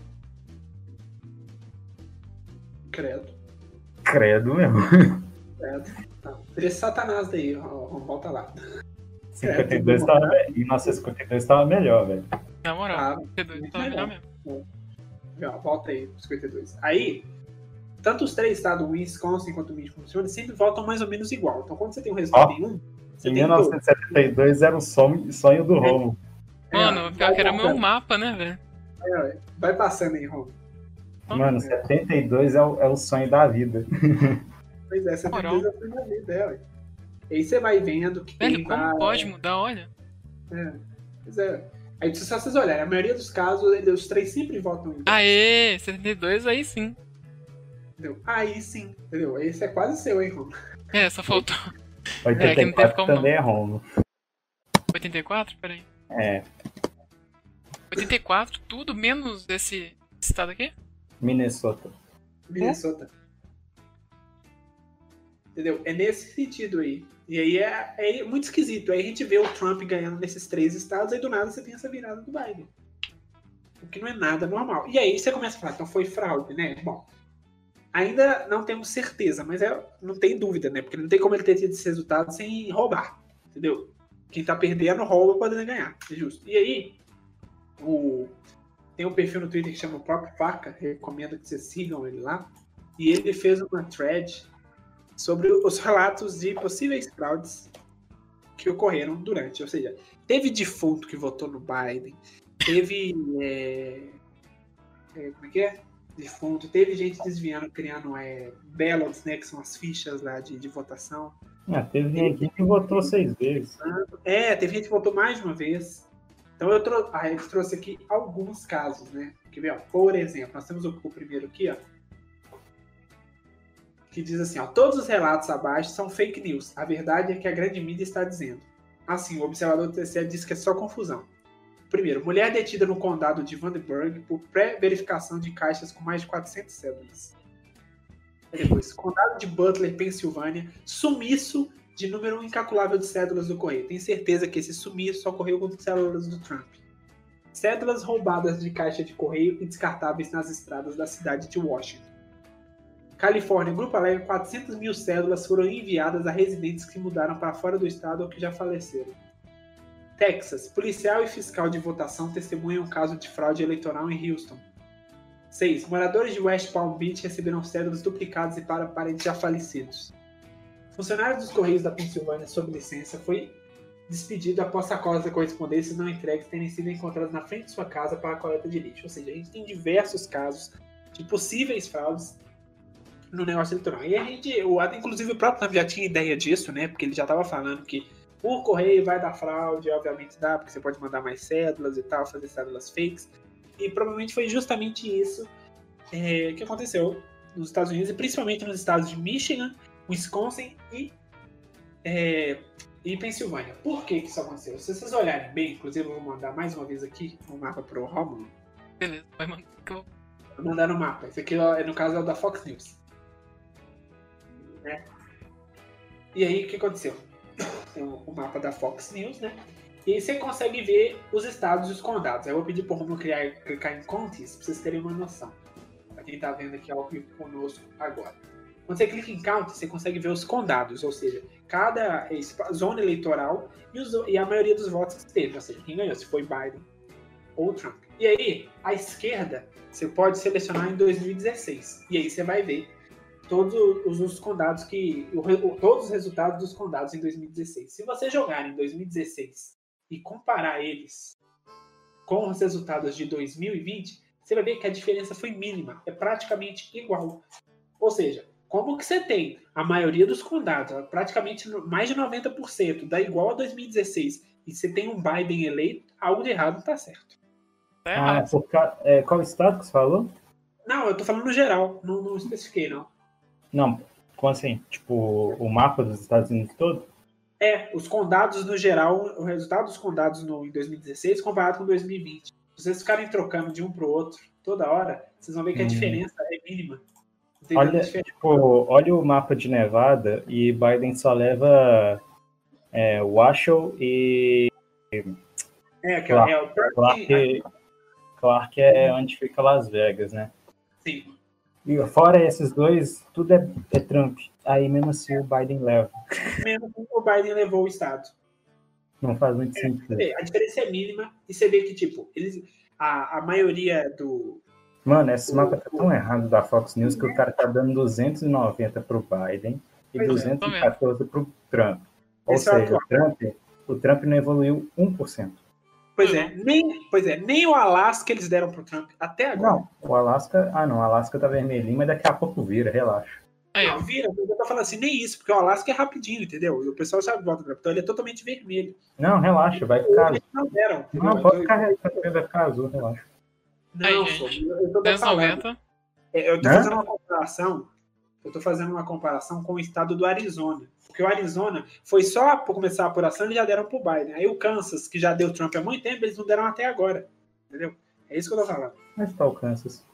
Credo. Credo mesmo. Credo. Tá. Esse Satanás daí, ó, ó, volta lá. cinquenta e dois tava, em mil novecentos e cinquenta e dois tava melhor, velho. Na moral, Ah, cinquenta e dois muito tava melhor melhor. mesmo. Ó, volta aí, cinquenta e dois. Aí, tanto os três estados, o Wisconsin quanto o Michigan, funciona, sempre votam mais ou menos igual. Então, quando você tem um resultado Ó, em um, você Em tem mil novecentos e setenta e dois era o sonho, sonho do Romo. Mano, É, pior que era vai meu passando. mapa, né, velho? É, vai passando aí, Rom. Mano, setenta e dois é o, é o sonho da vida. Pois é, setenta e dois é a primeira vida, é, ué. E aí você vai vendo que Velho, tem como várias- pode mudar, olha? É, pois é. Aí se vocês olharem, a maioria dos casos, ele- os três sempre votam em Aê, setenta e dois aí sim. entendeu? Aí sim, entendeu? Esse é quase seu, hein, Rom? É, só faltou. oitenta e quatro que não teve como também é Romo. oitenta e quatro? Peraí. É, oitenta e quatro, tudo menos esse estado aqui? Minnesota. Minnesota. Entendeu? É nesse sentido aí. E aí é, é muito esquisito. Aí a gente vê o Trump ganhando nesses três estados, aí do nada você tem essa virada do Biden. O que não é nada normal. E aí você começa a falar, então foi fraude, né? Bom, ainda não temos certeza, mas é, não tem dúvida, né? Porque não tem como ele ter tido esse resultado sem roubar. Entendeu? Quem tá perdendo rouba podendo ganhar. É justo. E aí, o... tem um perfil no Twitter que chama o próprio Faca, recomendo que vocês sigam ele lá. E ele fez uma thread sobre os relatos de possíveis fraudes que ocorreram durante. Ou seja, teve defunto que votou no Biden, teve. É, é, como é que é? Defunto, teve gente desviando, criando é, ballots, né? Que são as fichas lá de, de votação. Ah, teve gente que votou seis vezes. É, teve gente que votou mais de uma vez. Então eu trou ah, eu trouxe aqui alguns casos, né? Quer ver, ó? Por exemplo, nós temos o, o primeiro aqui, ó. Que diz assim, ó, todos os relatos abaixo são fake news. A verdade é que a grande mídia está dizendo. Assim, o observador do T C E diz que é só confusão. Primeiro, mulher detida no condado de Vandenberg por pré-verificação de caixas com mais de quatrocentas cédulas. Depois, Condado de Butler, Pensilvânia, sumiço de número incalculável de cédulas do correio. Tenho certeza que esse sumiço ocorreu com cédulas do Trump. Cédulas roubadas de caixa de correio e descartáveis nas estradas da cidade de Washington. Califórnia, Grupo alega quatrocentas mil cédulas foram enviadas a residentes que mudaram para fora do estado ou que já faleceram. Texas, policial e fiscal de votação testemunham um caso de fraude eleitoral em Houston. seis. Moradores de West Palm Beach receberam cédulas duplicadas e para parentes já falecidos. Funcionário dos Correios da Pensilvânia sob licença foi despedido após sacolas de correspondências não entregues terem sido encontradas na frente de sua casa para a coleta de lixo. Ou seja, a gente tem diversos casos de possíveis fraudes no negócio eleitoral. E a gente, o, inclusive o próprio Trump já tinha ideia disso, né? Porque ele já estava falando que o correio vai dar fraude, obviamente dá, porque você pode mandar mais cédulas e tal, fazer cédulas fakes. E provavelmente foi justamente isso é, que aconteceu nos Estados Unidos, e principalmente nos estados de Michigan, Wisconsin e, é, e Pensilvânia. Por que, que isso aconteceu? Se vocês olharem bem, inclusive eu vou mandar mais uma vez aqui um mapa para o Romulo. Beleza, vai mandar. Vou mandar no mapa. Esse aqui, no caso, é o da Fox News. Né? E aí, o que aconteceu? Tem o mapa da Fox News, né? E aí você consegue ver os estados e os condados. Eu vou pedir para o Romulo clicar em counties para vocês terem uma noção. Para quem está vendo aqui ao vivo conosco agora. Quando você clica em counties, você consegue ver os condados, ou seja, cada zona eleitoral e, os, e a maioria dos votos que teve. Ou seja, quem ganhou, se foi Biden ou Trump. E aí, à esquerda, você pode selecionar em dois mil e dezesseis. E aí você vai ver todos os, os condados que... O, todos os resultados dos condados em dois mil e dezesseis. Se você jogar em dois mil e dezesseis e comparar eles com os resultados de dois mil e vinte, você vai ver que a diferença foi mínima. É praticamente igual. Ou seja, como que você tem a maioria dos condados, praticamente mais de noventa por cento, dá igual a dois mil e dezesseis, e você tem um Biden eleito, algo de errado não está certo. Tá Ah, errado. por ca... é, qual estado que você falou? Não, eu tô falando no geral, não, não especifiquei, não. Não, como assim? Tipo, o mapa dos Estados Unidos todo? É, os condados no geral, o resultado dos condados no, em dois mil e dezesseis comparado com dois mil e vinte. Se vocês ficarem trocando de um pro outro toda hora, vocês vão ver que a Hum. diferença é mínima. Não tem Olha, tanta diferença. tipo, olha o mapa de Nevada e Biden só leva é, Washoe e É, que Clark. é o Clark, Clark é onde fica Las Vegas, né? Sim. E fora esses dois, tudo é, é Trump. Aí mesmo assim o Biden leva. Mesmo que o Biden levou o estado. Não faz muito sentido. A diferença é mínima e você vê que, tipo, eles, a, a maioria do... Mano, esse mapa tá tão errado da Fox News que o cara tá dando duzentos e noventa pro Biden e Pois é, duzentos e quatorze pro Trump. Ou Esse é o seja, o Trump, o Trump não evoluiu um por cento. Pois é, nem, pois é, nem o Alasca eles deram pro Trump até agora. Não, o Alasca... Ah, não, o Alasca tá vermelhinho, mas daqui a pouco vira, relaxa. Aí, Não, ó. vira, eu tô falando assim, nem isso, porque o Alasca é rapidinho, entendeu? E o pessoal sabe que volta pro então ele é totalmente vermelho. Não, relaxa, vai ficar... Eles não deram. entendeu? Não, pode Então, ficar, vai ficar azul, relaxa. Não, Aí, pô, gente, eu tô duzentos e falando. noventa. É, Eu tô Hã? fazendo uma comparação. Eu tô fazendo uma comparação com o estado do Arizona. Porque o Arizona foi só por começar a apuração, eles já deram pro Biden. Aí o Kansas, que já deu Trump há muito tempo, eles não deram até agora. Entendeu? É isso que eu tô falando. Onde tá o Kansas?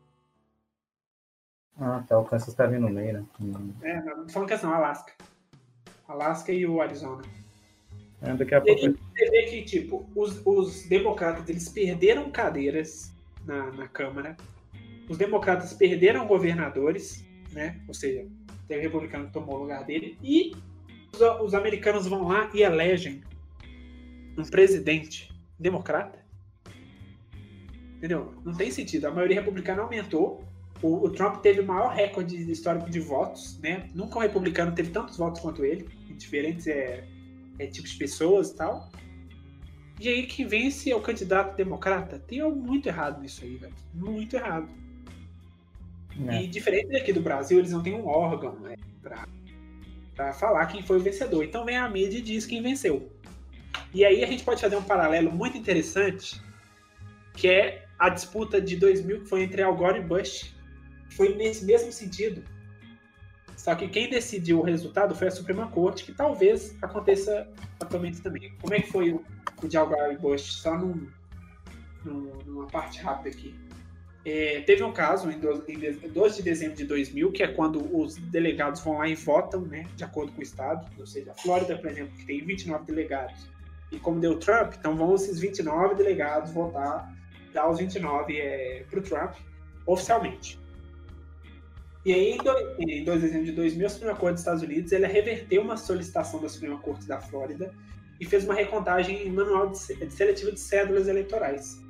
Ah, tá, o Kansas tá vindo no meio, né? Hum. É, não, não tô falando que é não, Alasca. Alasca e o Arizona. É, daqui a E pouco... aí você vê que, tipo, os, os democratas, eles perderam cadeiras na, na Câmara. Os democratas perderam governadores, né? Ou seja, teve republicano que tomou o lugar dele. E os, os americanos vão lá e elegem um presidente democrata. Entendeu? Não tem sentido. A maioria republicana aumentou. O, o Trump teve o maior recorde histórico de votos, né? Nunca um republicano teve tantos votos quanto ele. Em diferentes é, é, tipos de pessoas e tal. E aí quem vence é o candidato democrata. Tem algo muito errado nisso aí, velho. Muito errado. É. E diferente daqui do Brasil, eles não têm um órgão, né, pra, pra falar quem foi o vencedor. Então vem a mídia e diz quem venceu. E aí a gente pode fazer um paralelo muito interessante, que é a disputa de dois mil, que foi entre Al Gore e Bush. Foi nesse mesmo sentido. Só que quem decidiu o resultado foi a Suprema Corte, que talvez aconteça atualmente também. Como é que foi o, o de Al Gore e Bush? Só num, num, numa parte rápida aqui. É, teve um caso em doze de dezembro de dois mil, que é quando os delegados vão lá e votam, né, de acordo com o estado. Ou seja, a Flórida, por exemplo, que tem vinte e nove delegados. E como deu Trump, então vão esses vinte e nove delegados votar, dar os vinte e nove é, para o Trump, oficialmente. E aí, em doze de dezembro de dois mil, a Suprema Corte dos Estados Unidos ela reverteu uma solicitação da Suprema Corte da Flórida e fez uma recontagem manual de seletiva de cédulas eleitorais.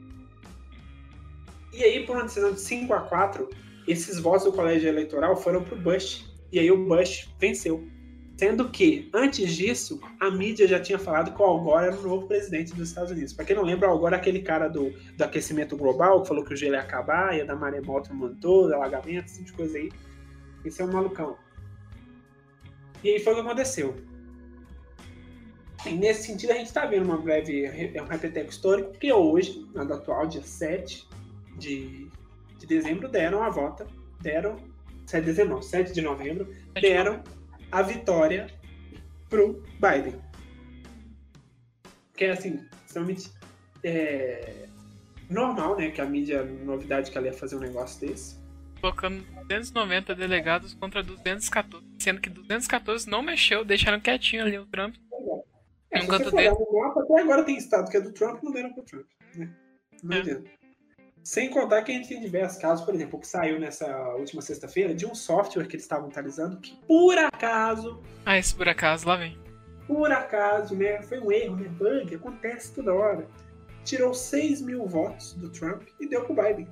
E aí, por uma decisão de cinco a quatro, esses votos do colégio eleitoral foram para o Bush. E aí o Bush venceu. Sendo que, antes disso, a mídia já tinha falado que o Al Gore era o novo presidente dos Estados Unidos. Para quem não lembra, o Al Gore é aquele cara do, do aquecimento global, que falou que o gelo ia acabar, ia dar maremoto no mundo todo, alagamento, esse tipo de coisa aí. Esse é um malucão. E aí foi o que aconteceu. E nesse sentido, a gente está vendo uma breve, um repeteco histórico, porque hoje, na data atual, dia sete de, de dezembro, deram a volta, deram, sete de dezembro, não, sete de novembro, deram a vitória pro Biden. Que é, assim, extremamente é, normal, né, que a mídia, novidade que ela ia fazer um negócio desse. Colocando duzentos e noventa delegados contra duzentos e quatorze, sendo que duzentos e quatorze não mexeu, deixaram quietinho ali o Trump. É, se você for olhar no mapa, até agora tem estado que é do Trump, não deram pro Trump, né? Não é. Adianta. Sem contar que a gente tem diversos casos, por exemplo, que saiu nessa última sexta-feira, de um software que eles estavam utilizando, que por acaso... Ah, esse por acaso, lá vem. Por acaso, né? Foi um erro, né? Bug, acontece toda hora. Tirou seis mil votos do Trump e deu pro Biden.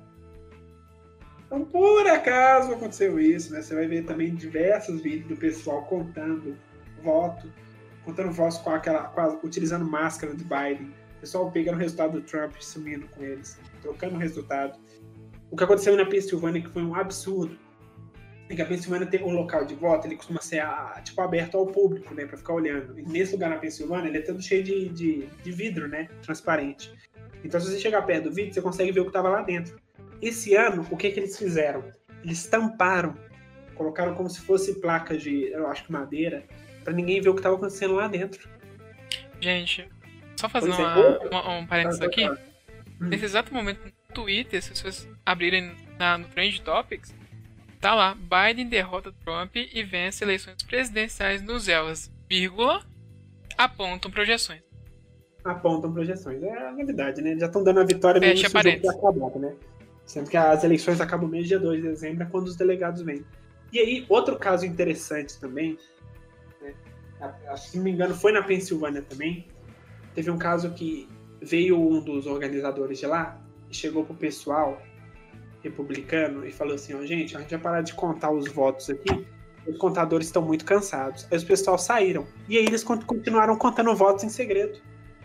Então, por acaso aconteceu isso, né? Você vai ver também diversos vídeos do pessoal contando voto, contando votos com aquela, com a, utilizando máscara do Biden. O pessoal pegando o resultado do Trump e sumindo com eles, trocando o resultado. O que aconteceu na Pensilvânia, que foi um absurdo, é que a Pensilvânia tem um local de voto, ele costuma ser tipo, aberto ao público, né, para ficar olhando. E nesse lugar na Pensilvânia, ele é todo cheio de, de, de vidro, né, transparente. Então, se você chegar perto do vidro, você consegue ver o que estava lá dentro. Esse ano, o que, que eles fizeram? Eles tamparam, colocaram como se fosse placas de, eu acho que madeira, para ninguém ver o que estava acontecendo lá dentro. Gente, só fazendo Pois é, uma, outra- uma- um parênteses aqui, Hum. nesse exato momento no Twitter, se vocês abrirem na, no Trend Topics, tá lá, Biden derrota Trump e vence eleições presidenciais nos elas, vírgula, apontam projeções. Apontam projeções. É a novidade, né? Já estão dando a vitória mesmo Fecha se o jogo parênteses. tá acabado, né? Sendo que as eleições acabam mês dia dois de dezembro, é quando os delegados vêm. E aí, outro caso interessante também, né? Se não me engano, foi na Pensilvânia também. Teve um caso que veio um dos organizadores de lá e chegou pro pessoal republicano e falou assim, ó, gente, a gente vai parar de contar os votos aqui, os contadores estão muito cansados. Aí os pessoal saíram. E aí eles con- continuaram contando votos em segredo.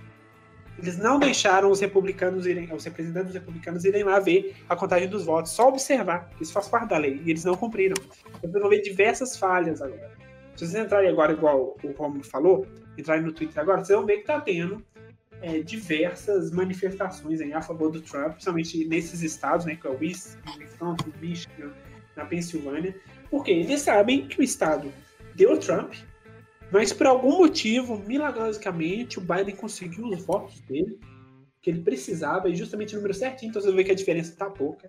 Eles não deixaram os republicanos irem, os representantes dos republicanos irem lá ver a contagem dos votos, só observar. Isso faz parte da lei. E eles não cumpriram. Então, vocês vão ver diversas falhas agora. Se vocês entrarem agora, igual o Romulo falou, entrarem no Twitter agora, vocês vão ver que tá tendo é, diversas manifestações aí a favor do Trump, principalmente nesses estados, né, que é o Wisconsin, Michigan, na Pensilvânia, porque eles sabem que o estado deu Trump, mas por algum motivo, milagrosamente, o Biden conseguiu os votos dele, que ele precisava, e justamente o número certinho, então você vê que a diferença tá pouca.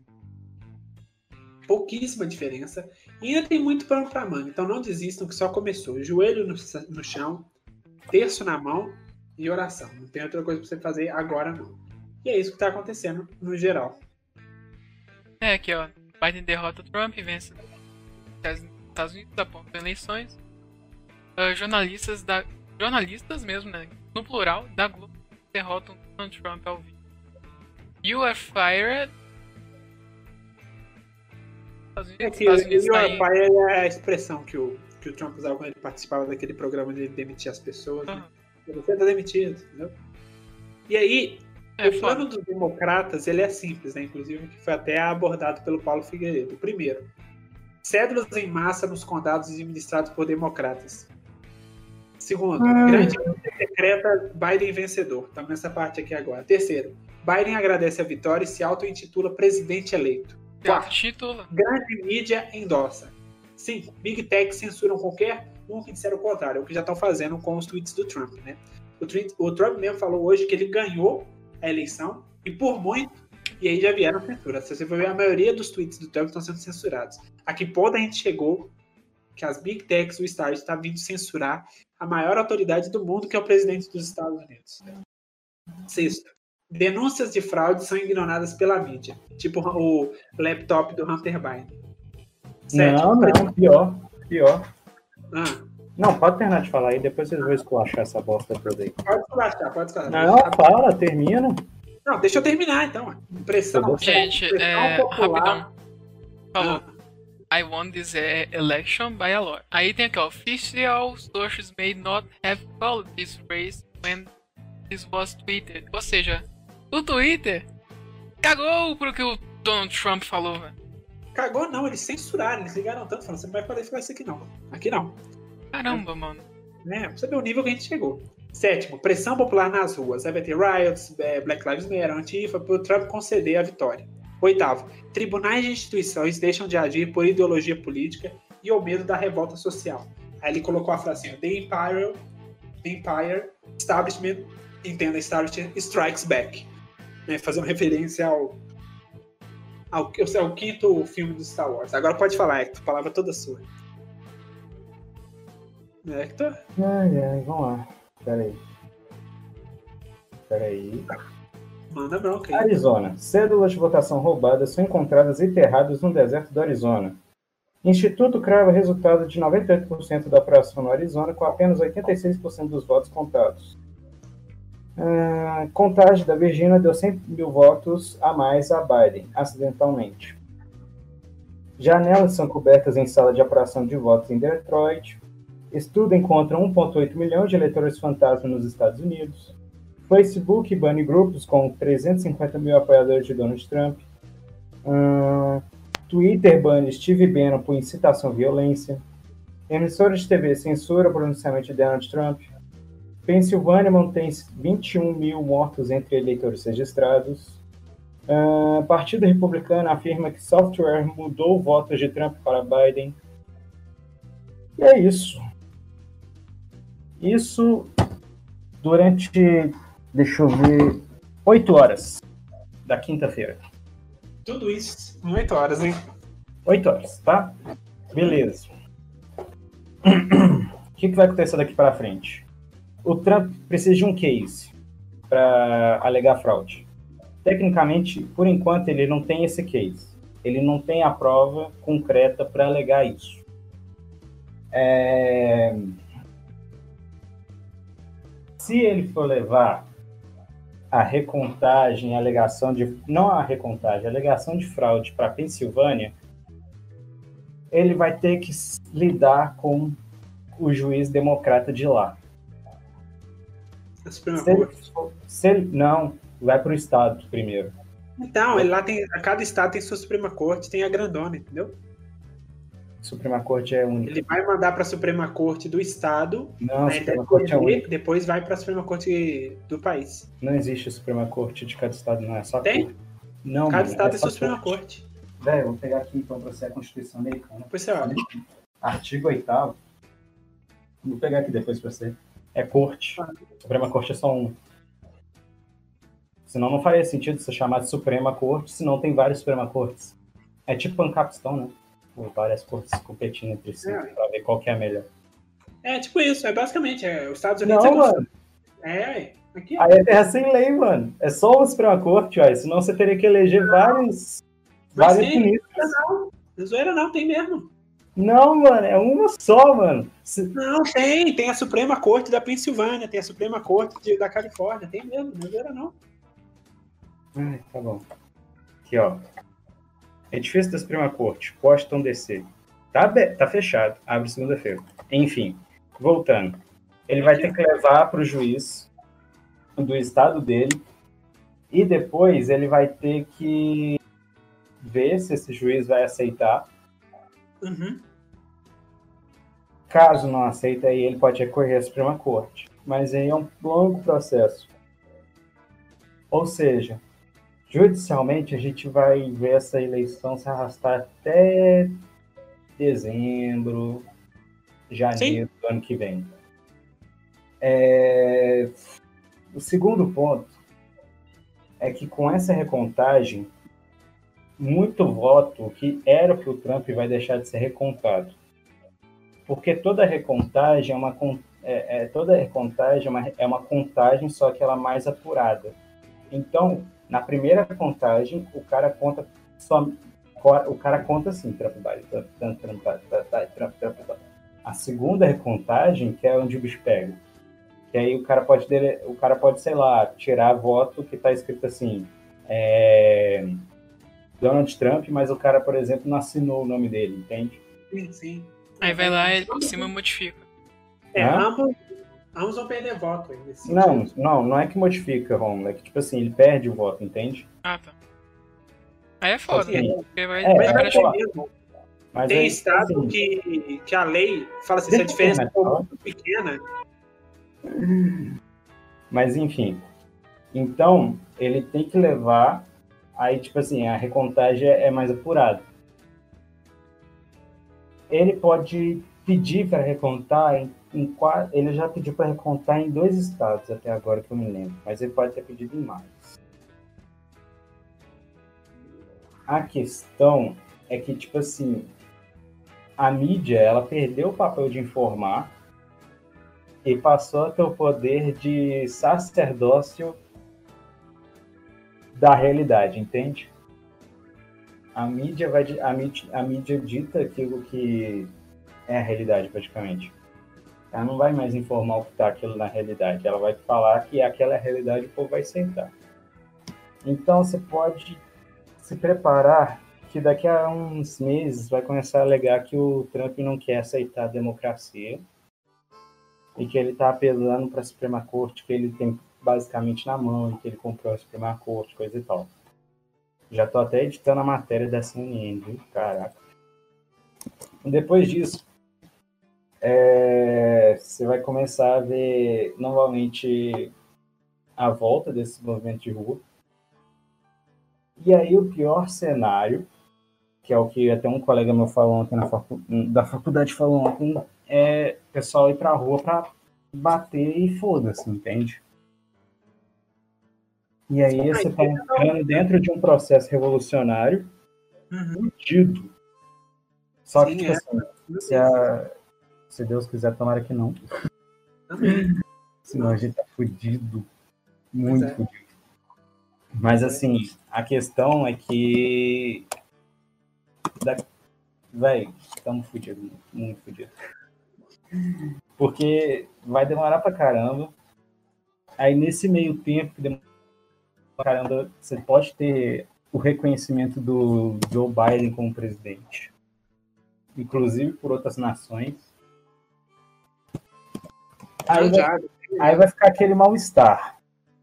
Pouquíssima diferença. E ainda tem muito pano pra manga, então não desistam que só começou. Joelho no, no chão, terço na mão e oração. Não tem outra coisa pra você fazer agora, não. E é isso que tá acontecendo no geral. É, aqui ó, Biden derrota Trump e vence os Estados Unidos, apontam eleições. Uh, jornalistas da jornalistas mesmo, né, no plural, da Globo derrotam Donald Trump ao vivo. You are fired. Estados É Unidos, que Estados Unidos o tá em... pai é a expressão que o, que o Trump usava quando ele participava daquele programa de demitir as pessoas. Né? Uhum. Você tá demitido, entendeu? E aí, É, o plano dos democratas, ele é simples, né? Inclusive, que foi até abordado pelo Paulo Figueiredo. Primeiro, cédulas em massa nos condados administrados por democratas. Segundo, Ah. grande secreta, Biden vencedor. Estamos nessa parte aqui agora. Terceiro, Biden agradece a vitória e se auto-intitula presidente eleito. Quarto, título. grande mídia endossa. Cinco, Big Tech censuram qualquer um que disser o contrário, é o que já estão fazendo com os tweets do Trump, né? O, tweet, o Trump mesmo falou hoje que ele ganhou a eleição e por muito E aí já vieram censuras. Se você for ver, a maioria dos tweets do Trump estão sendo censurados. A que ponto a gente chegou que as Big Techs, o Start, está vindo censurar a maior autoridade do mundo, que é o presidente dos Estados Unidos. Sexto, denúncias de fraude são ignoradas pela mídia, tipo o laptop do Hunter Biden. Sétimo, não, não, pior, pior. Ah. Não, pode terminar de falar aí, depois vocês vão esculachar essa bosta toda aí. Pode esculachar, pode esculachar. Não, fala, termina. Não, deixa eu terminar então. Impressão. Gente, é, rapidão. Falou. Ah. I won this election by a lot. Aí tem aqui, ó. Official sources may not have followed this race when this was tweeted. Ou seja, o Twitter cagou pro que o Donald Trump falou, velho. Cagou não, eles censuraram, eles ligaram tanto, falando, você não vai poder falar isso aqui não. Aqui não. Caramba, é. mano. É, pra você ver o nível que a gente chegou. Sétimo, pressão popular nas ruas. Aí vai ter riots, Black Lives Matter, Antifa, pro Trump conceder a vitória. Oitavo, tribunais e instituições deixam de agir por ideologia política e ou medo da revolta social. Aí ele colocou a frase assim, The Empire, the Empire Establishment, entenda, Establishment Strikes Back. Né, fazendo referência ao, ao, ao quinto filme do Star Wars. Agora pode falar, Hector, a palavra toda sua. Hector? Ai, ai, vamos lá. Peraí. Peraí. Manda bronca aí. Arizona. Cédulas de votação roubadas são encontradas enterradas no deserto do Arizona. Instituto crava resultado de noventa e oito por cento da apuração no Arizona, com apenas oitenta e seis por cento dos votos contados. Uh, contagem da Virgínia deu cem mil votos a mais a Biden, acidentalmente. Janelas são cobertas em sala de apuração de votos em Detroit. Estudo encontra um vírgula oito milhão de eleitores fantasma nos Estados Unidos. Facebook bane grupos com trezentos e cinquenta mil apoiadores de Donald Trump. Uh, Twitter bane Steve Bannon por incitação à violência. Emissora de T V censura o pronunciamento de Donald Trump. Pensilvânia mantém vinte e um mil mortos entre eleitores registrados. Uh, Partido Republicano afirma que software mudou votos de Trump para Biden. E é isso. Isso durante, deixa eu ver, oito horas da quinta-feira. Tudo isso em oito horas, hein? oito horas, tá? Beleza. O que, que vai acontecer daqui para frente? O Trump precisa de um case para alegar fraude. Tecnicamente, por enquanto, ele não tem esse case. Ele não tem a prova concreta para alegar isso. É... Se ele for levar a recontagem, a alegação de... Não a recontagem, a alegação de fraude para a Pensilvânia, ele vai ter que lidar com o juiz democrata de lá. A Suprema se ele, Corte? Se ele, não, vai para o estado primeiro. Então, ele lá tem... Cada estado tem sua Suprema Corte, tem a grandona, entendeu? Suprema Corte é única. Ele vai mandar para a Suprema Corte do estado, não, né, Suprema Corte é única. Depois vai para a Suprema Corte do país. Não existe a Suprema Corte de cada estado, não é só tem? Corte. Não, cada mano, estado é tem sua Suprema Corte. Velho, vou pegar aqui então para você a Constituição Americana. Depois você olha. Artigo oitavo. Vou pegar aqui depois para você. É Corte. Ah. Suprema Corte é só um. Senão não faria sentido você chamar de Suprema Corte, senão tem várias Suprema Cortes. É tipo Ancapistão, né? Várias cortes competindo entre si é. para ver qual que é a melhor. É, tipo isso, é basicamente, é, os Estados Unidos... Não, é mano. É, aqui... Aí é terra sem lei, mano. É só uma Suprema Corte, ó, senão você teria que eleger não. vários... Mas vários tem, ministros. Não, zoeira não, tem mesmo. Não, mano, é uma só, mano. Se... Não, tem, tem a Suprema Corte da Pensilvânia, tem a Suprema Corte de, da Califórnia, tem mesmo, não zoeira não. Ai, tá bom. Aqui, ó. Edifício da Suprema Corte, Washington, D C. Tá, tá fechado, abre segunda-feira. Enfim, voltando. Ele vai ter que levar para o juiz do estado dele e depois ele vai ter que ver se esse juiz vai aceitar. Uhum. Caso não aceite, aí ele pode recorrer à Suprema Corte. Mas aí é um longo processo. Ou seja, judicialmente, a gente vai ver essa eleição se arrastar até dezembro, janeiro Sim. do ano que vem. É... O segundo ponto é que com essa recontagem, muito voto que era o que o Trump vai deixar de ser recontado. Porque toda recontagem é uma, é, é, toda recontagem é uma, é uma contagem, só que ela é mais apurada. Então, na primeira contagem, o cara conta só, o cara conta assim, Trump, Trump, Trump, Trump, Trump. A segunda recontagem, que é onde o bicho pega. Que aí o cara pode, o cara pode, sei lá, tirar voto que está escrito assim, é, Donald Trump, mas o cara, por exemplo, não assinou o nome dele, entende? Sim, sim. Aí vai lá e por cima modifica. É, ambos, ambos vão perder voto aí nesse Não, sentido. não, não é que modifica, Romulo, é que, tipo assim, ele perde o voto, entende? Ah, tá. Aí é foda, Assim, né? Porque vai, é, vai é pra foda. mesmo. Mas tem aí, estado assim, que, que a lei fala assim, se a diferença for muito pequena. Mas, enfim. Então, ele tem que levar. Aí, tipo assim, a recontagem é mais apurada. Ele pode pedir para recontar em, em quatro. Ele já pediu para recontar em dois estados até agora que eu me lembro, mas ele pode ter pedido em mais. A questão é que, tipo assim, a mídia ela perdeu o papel de informar e passou a ter o poder de sacerdócio da realidade, entende? A mídia vai a mídia, a mídia dita aquilo que é a realidade praticamente. Ela não vai mais informar o que está aquilo na realidade, ela vai falar que aquela é a realidade e o povo vai aceitar. Então você pode se preparar que daqui a uns meses vai começar a alegar que o Trump não quer aceitar a democracia e que ele está apelando para a Suprema Corte, que ele tem basicamente na mão, e que ele comprou a Suprema Corte, coisa e tal. Já estou até editando a matéria da C N N, viu? Caraca. Depois disso, é, você vai começar a ver novamente a volta desse movimento de rua. E aí o pior cenário, que é o que até um colega meu falou ontem na facu- da faculdade falou ontem, é o pessoal ir pra rua pra bater e foda-se, entende? E aí você tá entrando dentro de um processo revolucionário Uhum. fudido. Só que, Sim, tipo é. assim, se, a, se Deus quiser, tomara que não. Amém. Senão a gente tá fudido. Muito é. fudido. Mas, assim, a questão é que... Da... Véi, estamos fudidos. Muito fudidos. Porque vai demorar pra caramba. Aí, nesse meio tempo que demora pra caramba, você pode ter o reconhecimento do Joe Biden como presidente. Inclusive por outras nações. Aí vai, aí vai ficar aquele mal-estar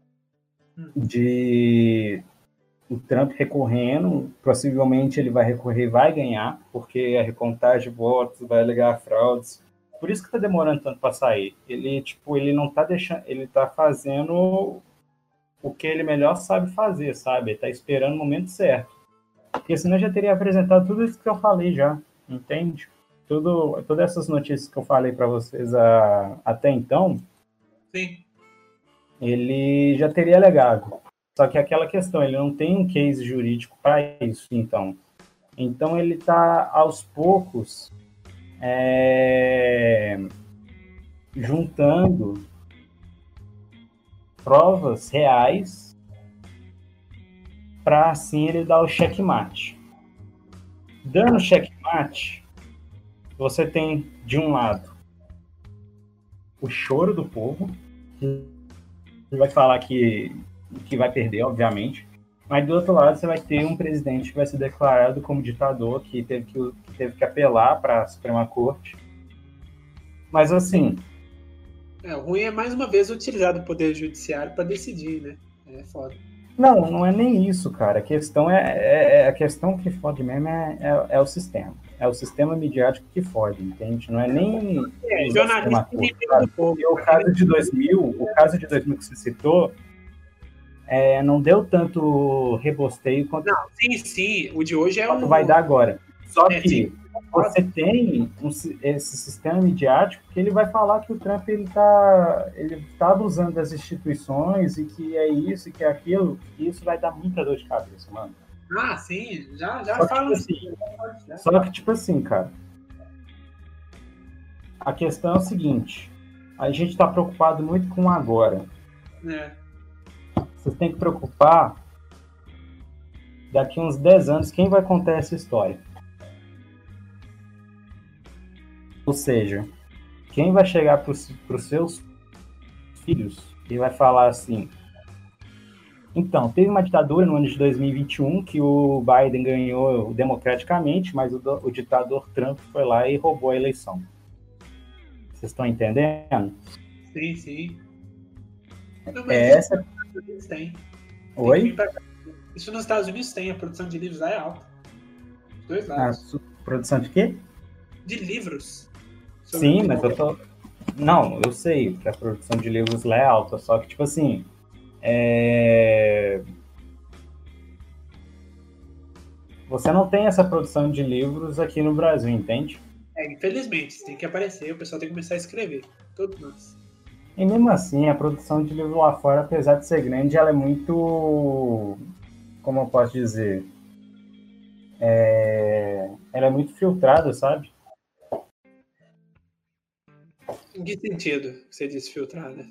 de o Trump recorrendo, possivelmente ele vai recorrer e vai ganhar, porque a recontagem de votos vai alegar fraudes. Por isso que está demorando tanto para sair. Ele, tipo, ele não está deixando, ele está fazendo o que ele melhor sabe fazer, sabe? Ele está esperando o momento certo. Porque senão eu já teria apresentado tudo isso que eu falei já, entende? Tudo, todas essas notícias que eu falei para vocês a, até então, Sim. ele já teria alegado. Só que aquela questão, ele não tem um case jurídico para isso, então. Então ele está, aos poucos, é, juntando provas reais para assim ele dar o checkmate. Dando checkmate, você tem, de um lado, o choro do povo, que vai falar que, que vai perder, obviamente, mas do outro lado você vai ter um presidente que vai ser declarado como ditador, que teve que, que, teve que apelar para a Suprema Corte. Mas assim... É, o ruim é mais uma vez utilizar o poder judiciário para decidir, né? É foda. Não, não é nem isso, cara. A questão é, é, é a questão que fode mesmo é, é, é o sistema. É o sistema midiático que fode, entende? Não é nem é, jornalista do povo. O caso de dois mil, o caso de dois mil que você citou, é, não deu tanto rebosteio quanto. Não, sim, sim. O de hoje é quanto um. vai dar agora. Só é, que sim. você tem um, esse sistema midiático que ele vai falar que o Trump ele tá, ele tá abusando das instituições e que é isso e que é aquilo, e isso vai dar muita dor de cabeça, mano. Ah, sim, já, já Só falo que, assim. assim, só que, tipo assim, cara, a questão é o seguinte, a gente tá preocupado muito com o agora. É. Você tem que preocupar daqui uns dez anos quem vai contar essa história. Ou seja, quem vai chegar para os seus filhos e vai falar assim: então, teve uma ditadura no ano de dois mil e vinte e um que o Biden ganhou democraticamente, mas o, o ditador Trump foi lá e roubou a eleição. Vocês estão entendendo? Sim, sim. Não, mas é isso essa... nos Estados Unidos tem. Oi? Tem pra... Isso nos Estados Unidos tem, a produção de livros lá é alta. Os dois lados. A produção de quê? De livros. Sim, mas eu tô... Não, eu sei que a produção de livros lá é alta, só que, tipo assim, é... você não tem essa produção de livros aqui no Brasil, entende? É, infelizmente, tem que aparecer, o pessoal tem que começar a escrever. Todos nós. E mesmo assim, a produção de livro lá fora, apesar de ser grande, ela é muito... Como eu posso dizer? É... Ela é muito filtrada, sabe? Em que sentido você diz filtrada?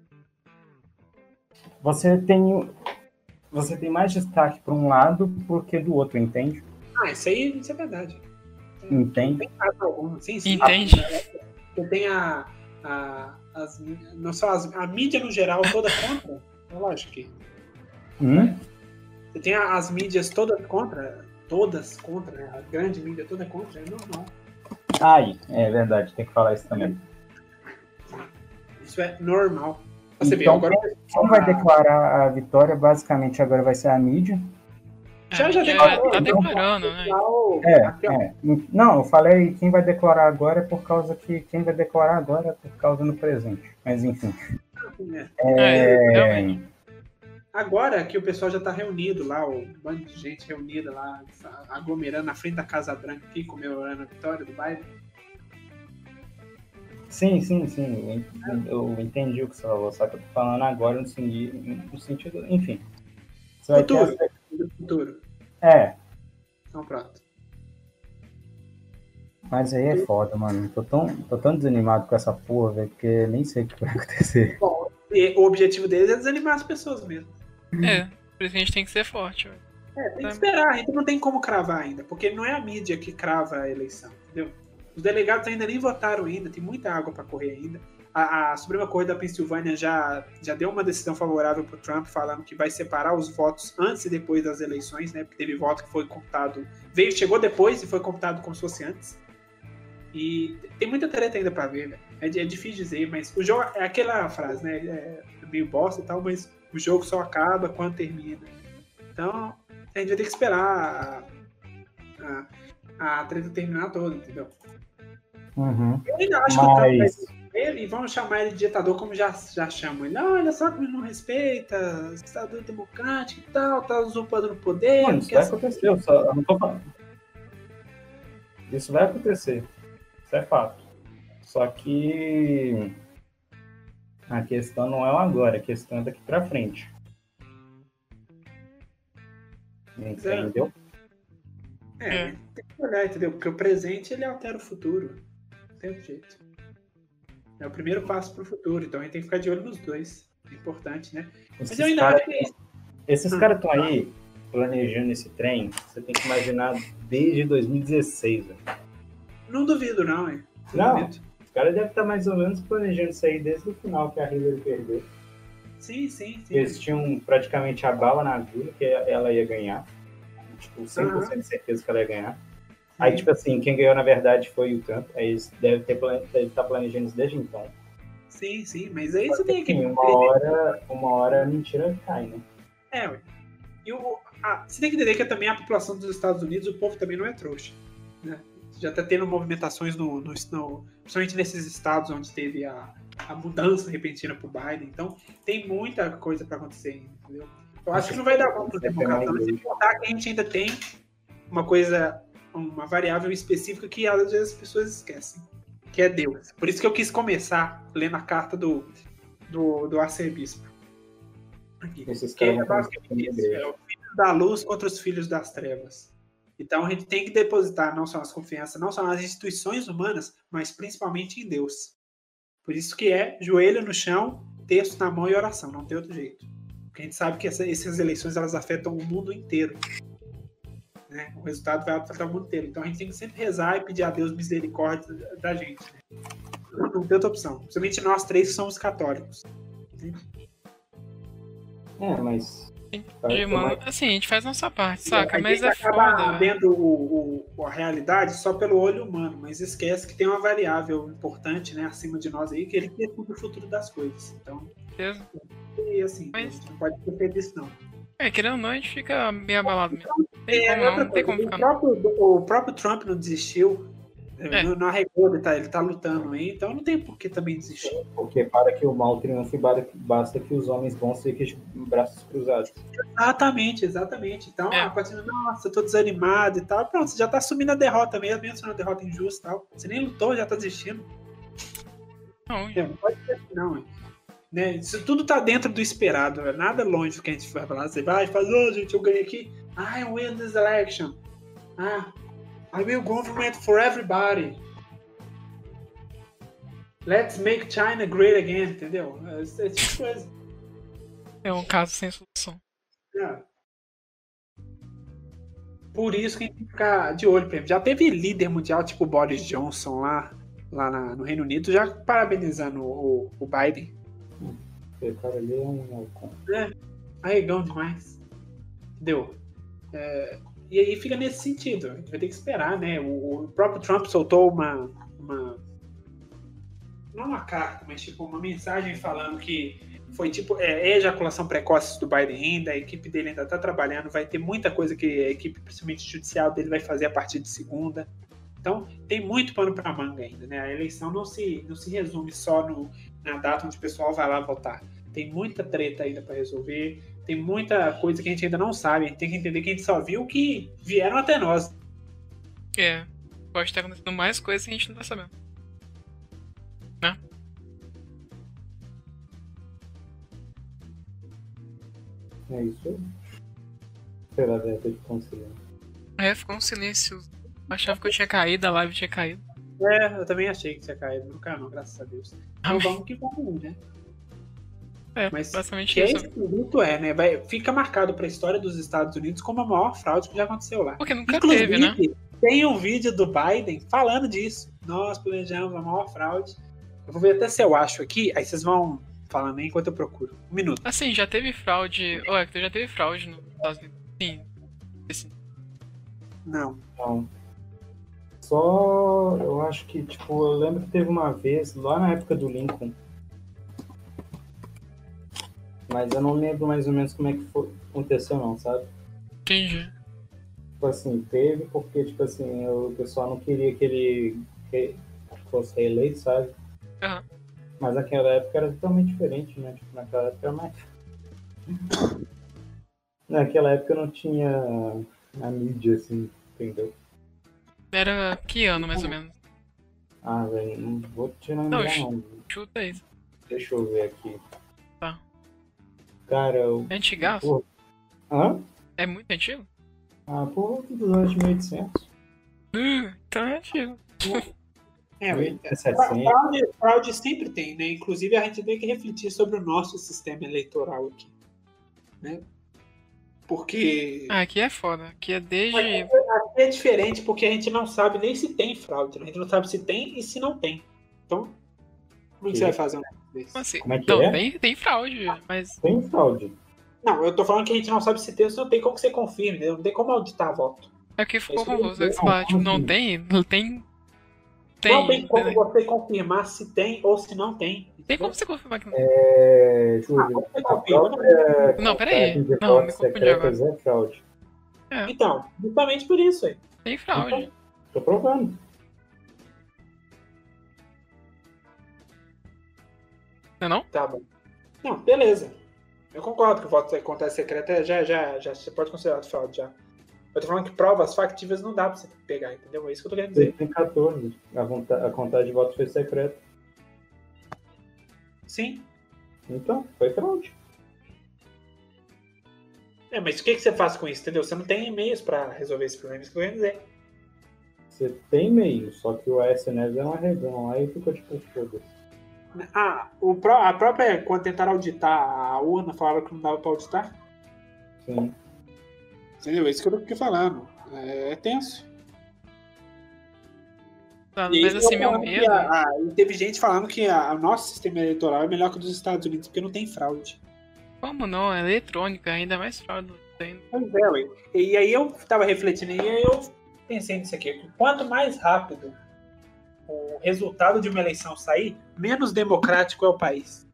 Você tem, você tem mais destaque para um lado porque do outro, entende? Ah, isso aí isso é verdade. Entende? Algum. Sim, sim. Entende? Você tem a, a, as, não só as, a mídia no geral toda contra? É lógico que. Hum? Você tem as mídias todas contra, todas contra, né? A grande mídia toda contra, é normal. Ai, é verdade, tem que falar isso também. Isso é normal. Você então, vê, agora quem vai declarar a vitória, basicamente, agora vai ser a mídia. Já, já mídia declarou, tá então, declarando, né? É, Aqui, ó. é. Não, eu falei quem vai declarar agora é por causa que quem vai declarar agora é por causa no presente. Mas, enfim. É, realmente. Agora que o pessoal já está reunido lá, o bando de gente reunida lá, aglomerando na frente da Casa Branca aqui, comemorando a vitória do Biden. Sim, sim, sim. Eu entendi o que você falou, só que eu tô falando agora no sentido, no sentido enfim. Você vai Futuro. ter Do futuro. É. Então pronto. Mas aí é foda, mano. Tô tão, tô tão desanimado com essa porra, velho, porque nem sei o que vai acontecer. Bom, e o objetivo deles é desanimar as pessoas mesmo. É, por isso que a gente tem que ser forte. Velho. É, tem que esperar, ainda não tem como cravar ainda, porque não é a mídia que crava a eleição, entendeu? Os delegados ainda nem votaram ainda, tem muita água para correr ainda. A, a Suprema Corte da Pensilvânia já, já deu uma decisão favorável para o Trump, falando que vai separar os votos antes e depois das eleições, né? Porque teve voto que foi computado, veio, chegou depois e foi computado como se fosse antes. E tem muita treta ainda para ver, velho. É, é difícil dizer, mas o jogo é aquela frase, né? É meio bosta e tal, mas o jogo só acaba quando termina. Então, a gente vai ter que esperar a, a, a treta terminar toda, entendeu? Uhum. Eu ainda acho Mas... que o Trump vai ser ele e vão chamar ele de ditador como já, já chamam ele. Olha só como ele não respeita, ditador democrático e tal, tá usurpando no poder. Mano, isso vai acontecer, eu, só, eu não tô falando. Isso vai acontecer. Isso é fato. Só que a questão não é o agora, a questão é daqui pra frente. Entendeu? É, É. tem que olhar, entendeu? Porque o presente ele altera o futuro. Não tem outro jeito. É o primeiro passo pro futuro, então a gente tem que ficar de olho nos dois. É importante, né? Esses Mas eu ainda cara, acho que. esses Hum. caras estão aí planejando esse trem, você tem que imaginar desde dois mil e dezesseis. Véio. Não duvido, não, hein? Não, duvido. os caras devem estar mais ou menos planejando isso aí desde o final que a Hillary perdeu. Sim, sim, sim. Eles tinham praticamente a bala na agulha que ela ia ganhar. Tipo, cem por cento de certeza que ela ia ganhar. Aí, tipo assim, quem ganhou na verdade foi o Trump. Aí eles devem ter plane... deve estar planejando isso desde então. Sim, sim, mas aí você tem que. Assim, uma hora, uma hora a mentira cai, né? É, ué. E o, a, você tem que entender que também a população dos Estados Unidos, o povo também não é trouxa. Né? Já está tendo movimentações, no, no, no, principalmente nesses estados onde teve a, a mudança repentina para o Biden. Então, tem muita coisa para acontecer ainda, entendeu? Eu acho que não vai dar conta para os democratas. Mas se contar que a gente ainda tem uma coisa uma variável específica que às vezes as pessoas esquecem, que é Deus. Por isso que eu quis começar lendo a carta do, do, do arcebispo. Aqui. Esses Que caras é não basicamente isso, conseguem é o filho da luz contra os filhos das trevas. Então a gente tem que depositar não só as confianças, não só nas instituições humanas, mas principalmente em Deus. Por isso que é joelho no chão, texto na mão e oração, não tem outro jeito. Porque a gente sabe que essa, essas eleições elas afetam o mundo inteiro. Né? O resultado vai afetar o mundo inteiro. Então a gente tem que sempre rezar e pedir a Deus misericórdia da, da gente. Né? Não tem outra opção. Principalmente nós três que somos católicos. Né? É, mas. Entendi, mano. Assim, a gente faz nossa parte, saca? A Mas gente é acaba foda, velho. vendo o, o, a realidade só pelo olho humano, mas esquece que tem uma variável importante, né, acima de nós aí, que ele decide o futuro das coisas. Então, Beleza? e assim, Mas- a gente não pode esquecer disso, não. É, querendo ou não, a gente fica meio abalado mesmo. Não tem É, como não, outra não tem coisa, como o, ficar não. próprio, o próprio Trump não desistiu, É. não, não arregou, ele tá, ele tá lutando aí, então não tem por que também desistir. Porque para que o mal triunfe, ba- basta que os homens bons fiquem de braços cruzados. Exatamente, exatamente. Então, É. a partir do nossa, eu tô desanimado e tal, pronto, você já tá assumindo a derrota mesmo, mesmo sendo uma derrota injusta e tal. Você nem lutou, já tá desistindo. Não, É, não pode ser assim, não. Né? Isso tudo tá dentro do esperado. É nada longe do que a gente vai falar. Você vai e faz, oh, gente, eu ganhei aqui. I win this election. Ah, I will government for everybody. Let's make China great again, entendeu? Esse esse tipo de coisa. é um caso sem solução. É. Por isso que a gente tem que ficar de olho, por exemplo. Já teve líder mundial tipo Boris Johnson lá, lá na- no Reino Unido, já parabenizando o, o Biden. Esse cara ali é um halcão. Arregão demais. Entendeu? É, e aí fica nesse sentido. A gente vai ter que esperar, né? O, o próprio Trump soltou uma, uma. Não uma carta, mas tipo uma mensagem falando que foi tipo é, ejaculação precoce do Biden ainda, a equipe dele ainda está trabalhando, vai ter muita coisa que a equipe, principalmente judicial, dele vai fazer a partir de segunda. Então, tem muito pano para manga ainda, né? A eleição não se, não se resume só no, na data onde o pessoal vai lá votar. Tem muita treta ainda para resolver, tem muita coisa que a gente ainda não sabe. A gente tem que entender que a gente só viu que vieram até nós. É, pode estar acontecendo mais coisas que a gente não tá sabendo. Né? É isso aí. Será que de conciliar? É, ficou um silêncio. Eu achava que eu tinha caído, a live tinha caído. É, eu também achei que tinha caído no canal, graças a Deus. Então Amém. vamos que vamos, né? É, Mas basicamente que é isso. esse produto é, né? Vai, fica marcado para a história dos Estados Unidos como a maior fraude que já aconteceu lá. Porque nunca Inclusive, teve, né? tem um vídeo do Biden falando disso. Nós planejamos a maior fraude. Eu vou ver até se eu acho aqui, aí vocês vão falando aí enquanto eu procuro. Um minuto. Assim, já teve fraude. Ô, Hector, já teve fraude nos Estados Unidos. Sim. Esse- Não. Não. Só, eu acho que, tipo, eu lembro que teve uma vez, lá na época do Lincoln, mas eu não lembro mais ou menos como é que foi, aconteceu não, sabe? Entendi. Tipo assim, teve porque, tipo assim, o pessoal não queria que ele re- fosse reeleito, sabe? Aham. Mas naquela época era totalmente diferente, né? Tipo, naquela época era mais... Naquela época não tinha a mídia, assim, entendeu? Era que ano, mais ou menos? Ah, velho, não vou te lembrar Não, não. Chuta isso. Deixa eu ver aqui. Tá. Cara, eu... É antigaço? Pô. Hã? É muito antigo? Ah, por volta dos anos mil e oitocentos. Uh, então é antigo. É, mil e fra- setecentos. fraude, fraude sempre tem, né? Inclusive a gente tem que refletir sobre o nosso sistema eleitoral aqui, né? Porque Ah, aqui é foda. Aqui é desde. aqui é diferente porque a gente não sabe nem se tem fraude, né? A gente não sabe se tem e se não tem. Então, como é que você vai fazer um negócio desse? Como assim? Como é que Não, é? tem, tem fraude, mas. Tem fraude. Não, eu tô falando que a gente não sabe se tem ou se não tem, como que você confirma, entendeu? Não tem como auditar voto. É que ficou Isso que eu confuso. É que você não, fala, tipo, não como tem. Não tem. Tem. Não tem como né? você confirmar se tem ou se não tem. Tem como você confirmar que não. É, Ah, Júlio, como você a confirma? própria Não, peraí. contagem de Não, votos me confundi secretas é fraude. É, Então, justamente por isso aí. tem fraude. Tô provando. Não é não? Tá bom. Não, beleza. Eu concordo que o voto acontece secreto é- já, já, já você pode considerar fraude já. Eu tô falando que provas factíveis não dá pra você pegar, entendeu? É isso que eu tô querendo dizer. Em quatorze, a, vontade, a contagem de votos foi secreta. Sim. Então, foi fraude. É, mas o que, que você faz com isso, entendeu? Você não tem e-mails pra resolver esse problema, é isso que eu quero dizer. Você tem e-mail, só que o Aécio Neves é um arregão. Aí ficou tipo, foda-se. Ah, o, pró- a própria, quando tentaram auditar a urna, falaram que não dava pra auditar? Sim. Entendeu? É isso que eu tô aqui falando. É, é tenso. Tá, E mas aí, assim, eu meu falando que medo. a- a- e teve gente falando que o nosso sistema eleitoral é melhor que o dos Estados Unidos, porque não tem fraude. Como não? É eletrônica, ainda mais fraude ainda. Pois é, ué. E aí eu tava refletindo e aí eu pensei nisso aqui. Que quanto mais rápido o resultado de uma eleição sair, menos democrático é o país.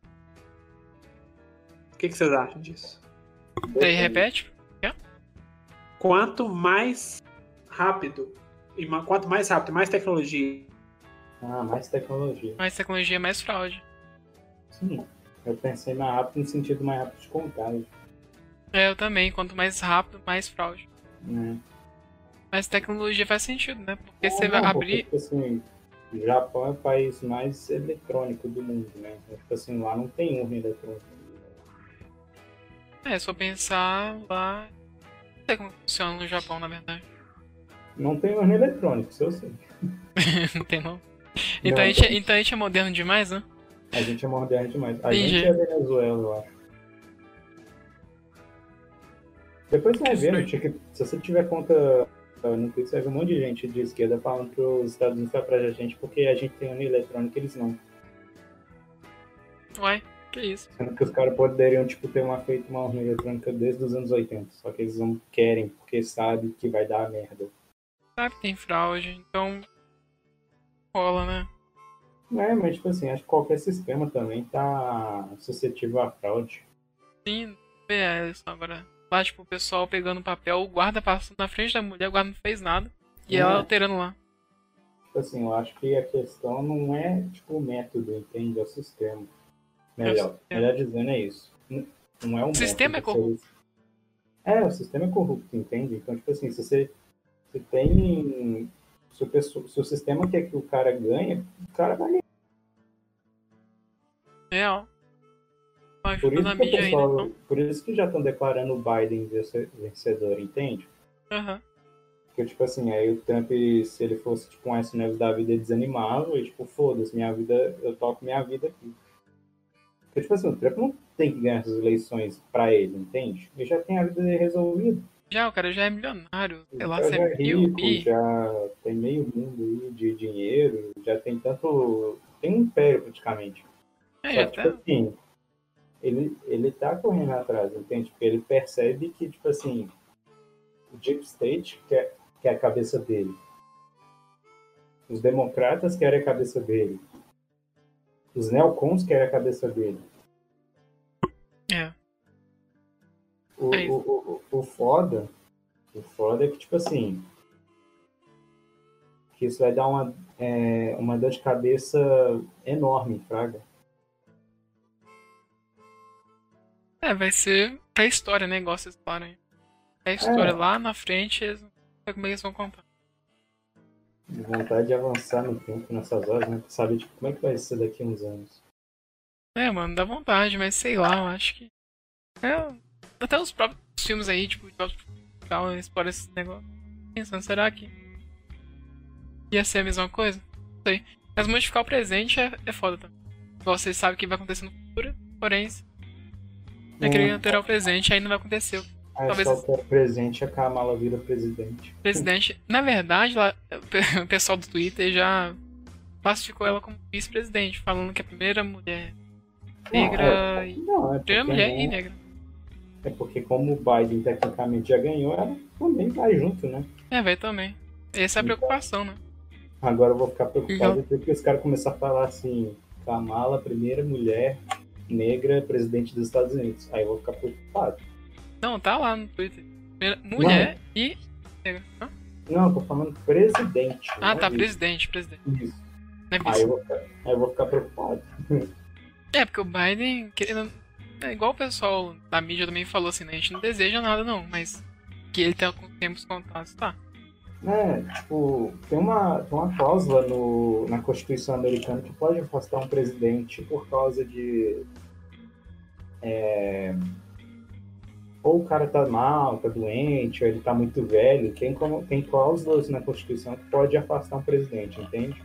O que, que vocês acham disso? Aí repete? Quanto mais rápido, e ma- quanto mais rápido, mais tecnologia. Ah, mais tecnologia. Mais tecnologia, mais fraude. Sim. Eu pensei mais rápido no sentido mais rápido de contagem. É, eu também. Quanto mais rápido, mais fraude. Né? Mas tecnologia faz sentido, né? Porque Não, você vai não, porque, abrir. tipo assim, o Japão é o país mais eletrônico do mundo, né? Então, tipo assim, lá não tem urna eletrônica. É, se eu pensar lá. Não sei como funciona no Japão, na verdade. Não tem urna eletrônica, isso eu sei. Não tem não. Então, Não, a gente, é- então a gente é moderno demais, né? A gente é moderno demais. A Entendi. gente é Venezuela, eu acho. Depois você vai ver, Foi. gente, que se você tiver conta uh, no Twitter, você vai ver um monte de gente de esquerda falando que os Estados Unidos vai pra gente porque a gente tem urna eletrônica e eles não. Uai, que isso? Sendo que os caras poderiam, tipo, ter uma, feito uma urna eletrônica desde os anos oitenta. Só que eles não querem, porque sabem que vai dar merda. Sabe que tem fraude, então. Rola, né? É, mas, tipo assim, acho que qualquer sistema também tá suscetível à fraude. Sim, é isso agora. Lá, tipo, o pessoal pegando papel, o guarda passando na frente da mulher, o guarda não fez nada. E É. ela alterando lá. Tipo assim, eu acho que a questão não é, tipo, o método, entende? É o sistema. Melhor, É o sistema. melhor dizendo é isso. Não- Não é o, O sistema é método, corrupto. você- É, o sistema é corrupto, entende? Então, tipo assim, se você se tem... Se o, pessoa- se o sistema quer que o cara ganhe, o cara vai ganhar. Real. Por Ajuda na isso, que o mídia ainda, pessoal, então. por isso que já estão declarando o Biden vence- vencedor, entende? Aham. Porque, tipo assim, aí o Trump, se ele fosse, tipo, um S N L da vida, ele desanimava e, tipo, foda-se, minha vida, eu toco minha vida aqui. Porque, tipo assim, o Trump não tem que ganhar essas eleições pra ele, entende? Ele já tem a vida dele resolvida. Já, o cara já é milionário. Sei lá, Já, se já é é mil rico, bi. já tem meio mundo aí de dinheiro, já tem tanto... Tem um império, praticamente. É, Só que, até. tipo assim, ele, ele tá correndo atrás, entende? Porque ele percebe que, tipo assim, o Deep State quer, quer a cabeça dele. Os democratas querem a cabeça dele. Os neocons querem a cabeça dele. É. O, É isso. o, o, o foda, o foda é que, tipo assim, que isso vai dar uma, é, uma dor de cabeça enorme, fraga. É, vai ser pra história, né? Igual vocês falaram aí. É a história É. lá na frente, eles não sei como é que eles vão contar. Vontade de avançar no tempo nessas horas, né? Pra saber, tipo, como é que vai ser daqui a uns anos. É, mano, dá vontade, mas sei lá, eu acho que. É, até os próprios filmes aí, tipo, de Portugal, eles podem esse negócio. Pensando, será que ia ser a mesma coisa? Não sei. Mas modificar o presente é, é foda também. Você sabe o que vai acontecer no futuro, porém, é querer alterar o presente, aí não vai acontecer. Aí Talvez só que é presente, a Kamala vira presidente. O presidente, na verdade, lá, o pessoal do Twitter já classificou ela como vice-presidente, falando que é a primeira mulher negra Não, é, e. não, é Primeira porque, mulher não- e negra. é porque como o Biden tecnicamente já ganhou, ela também vai junto, né? É, velho, também. Essa é a preocupação, né? Agora eu vou ficar preocupado Uhum. porque os caras começarem a falar assim, Kamala, primeira mulher negra presidente dos Estados Unidos. Aí eu vou ficar preocupado. Não, tá lá no Twitter. Primeira mulher e negra. Hã? Não, eu tô falando presidente. Ah, não tá, é presidente, presidente. Isso. Não é Aí vice. eu, vou ficar, aí eu vou ficar preocupado. É, porque o Biden, querendo. É igual o pessoal da mídia também falou assim, né? A gente não deseja nada, não, mas que ele tá com tempos contados, tá? É, tipo, tem uma, tem uma cláusula no, na Constituição americana que pode afastar um presidente por causa de. É, ou o cara tá mal, tá doente, ou ele tá muito velho. Tem, como, tem cláusulas na Constituição que pode afastar um presidente, entende?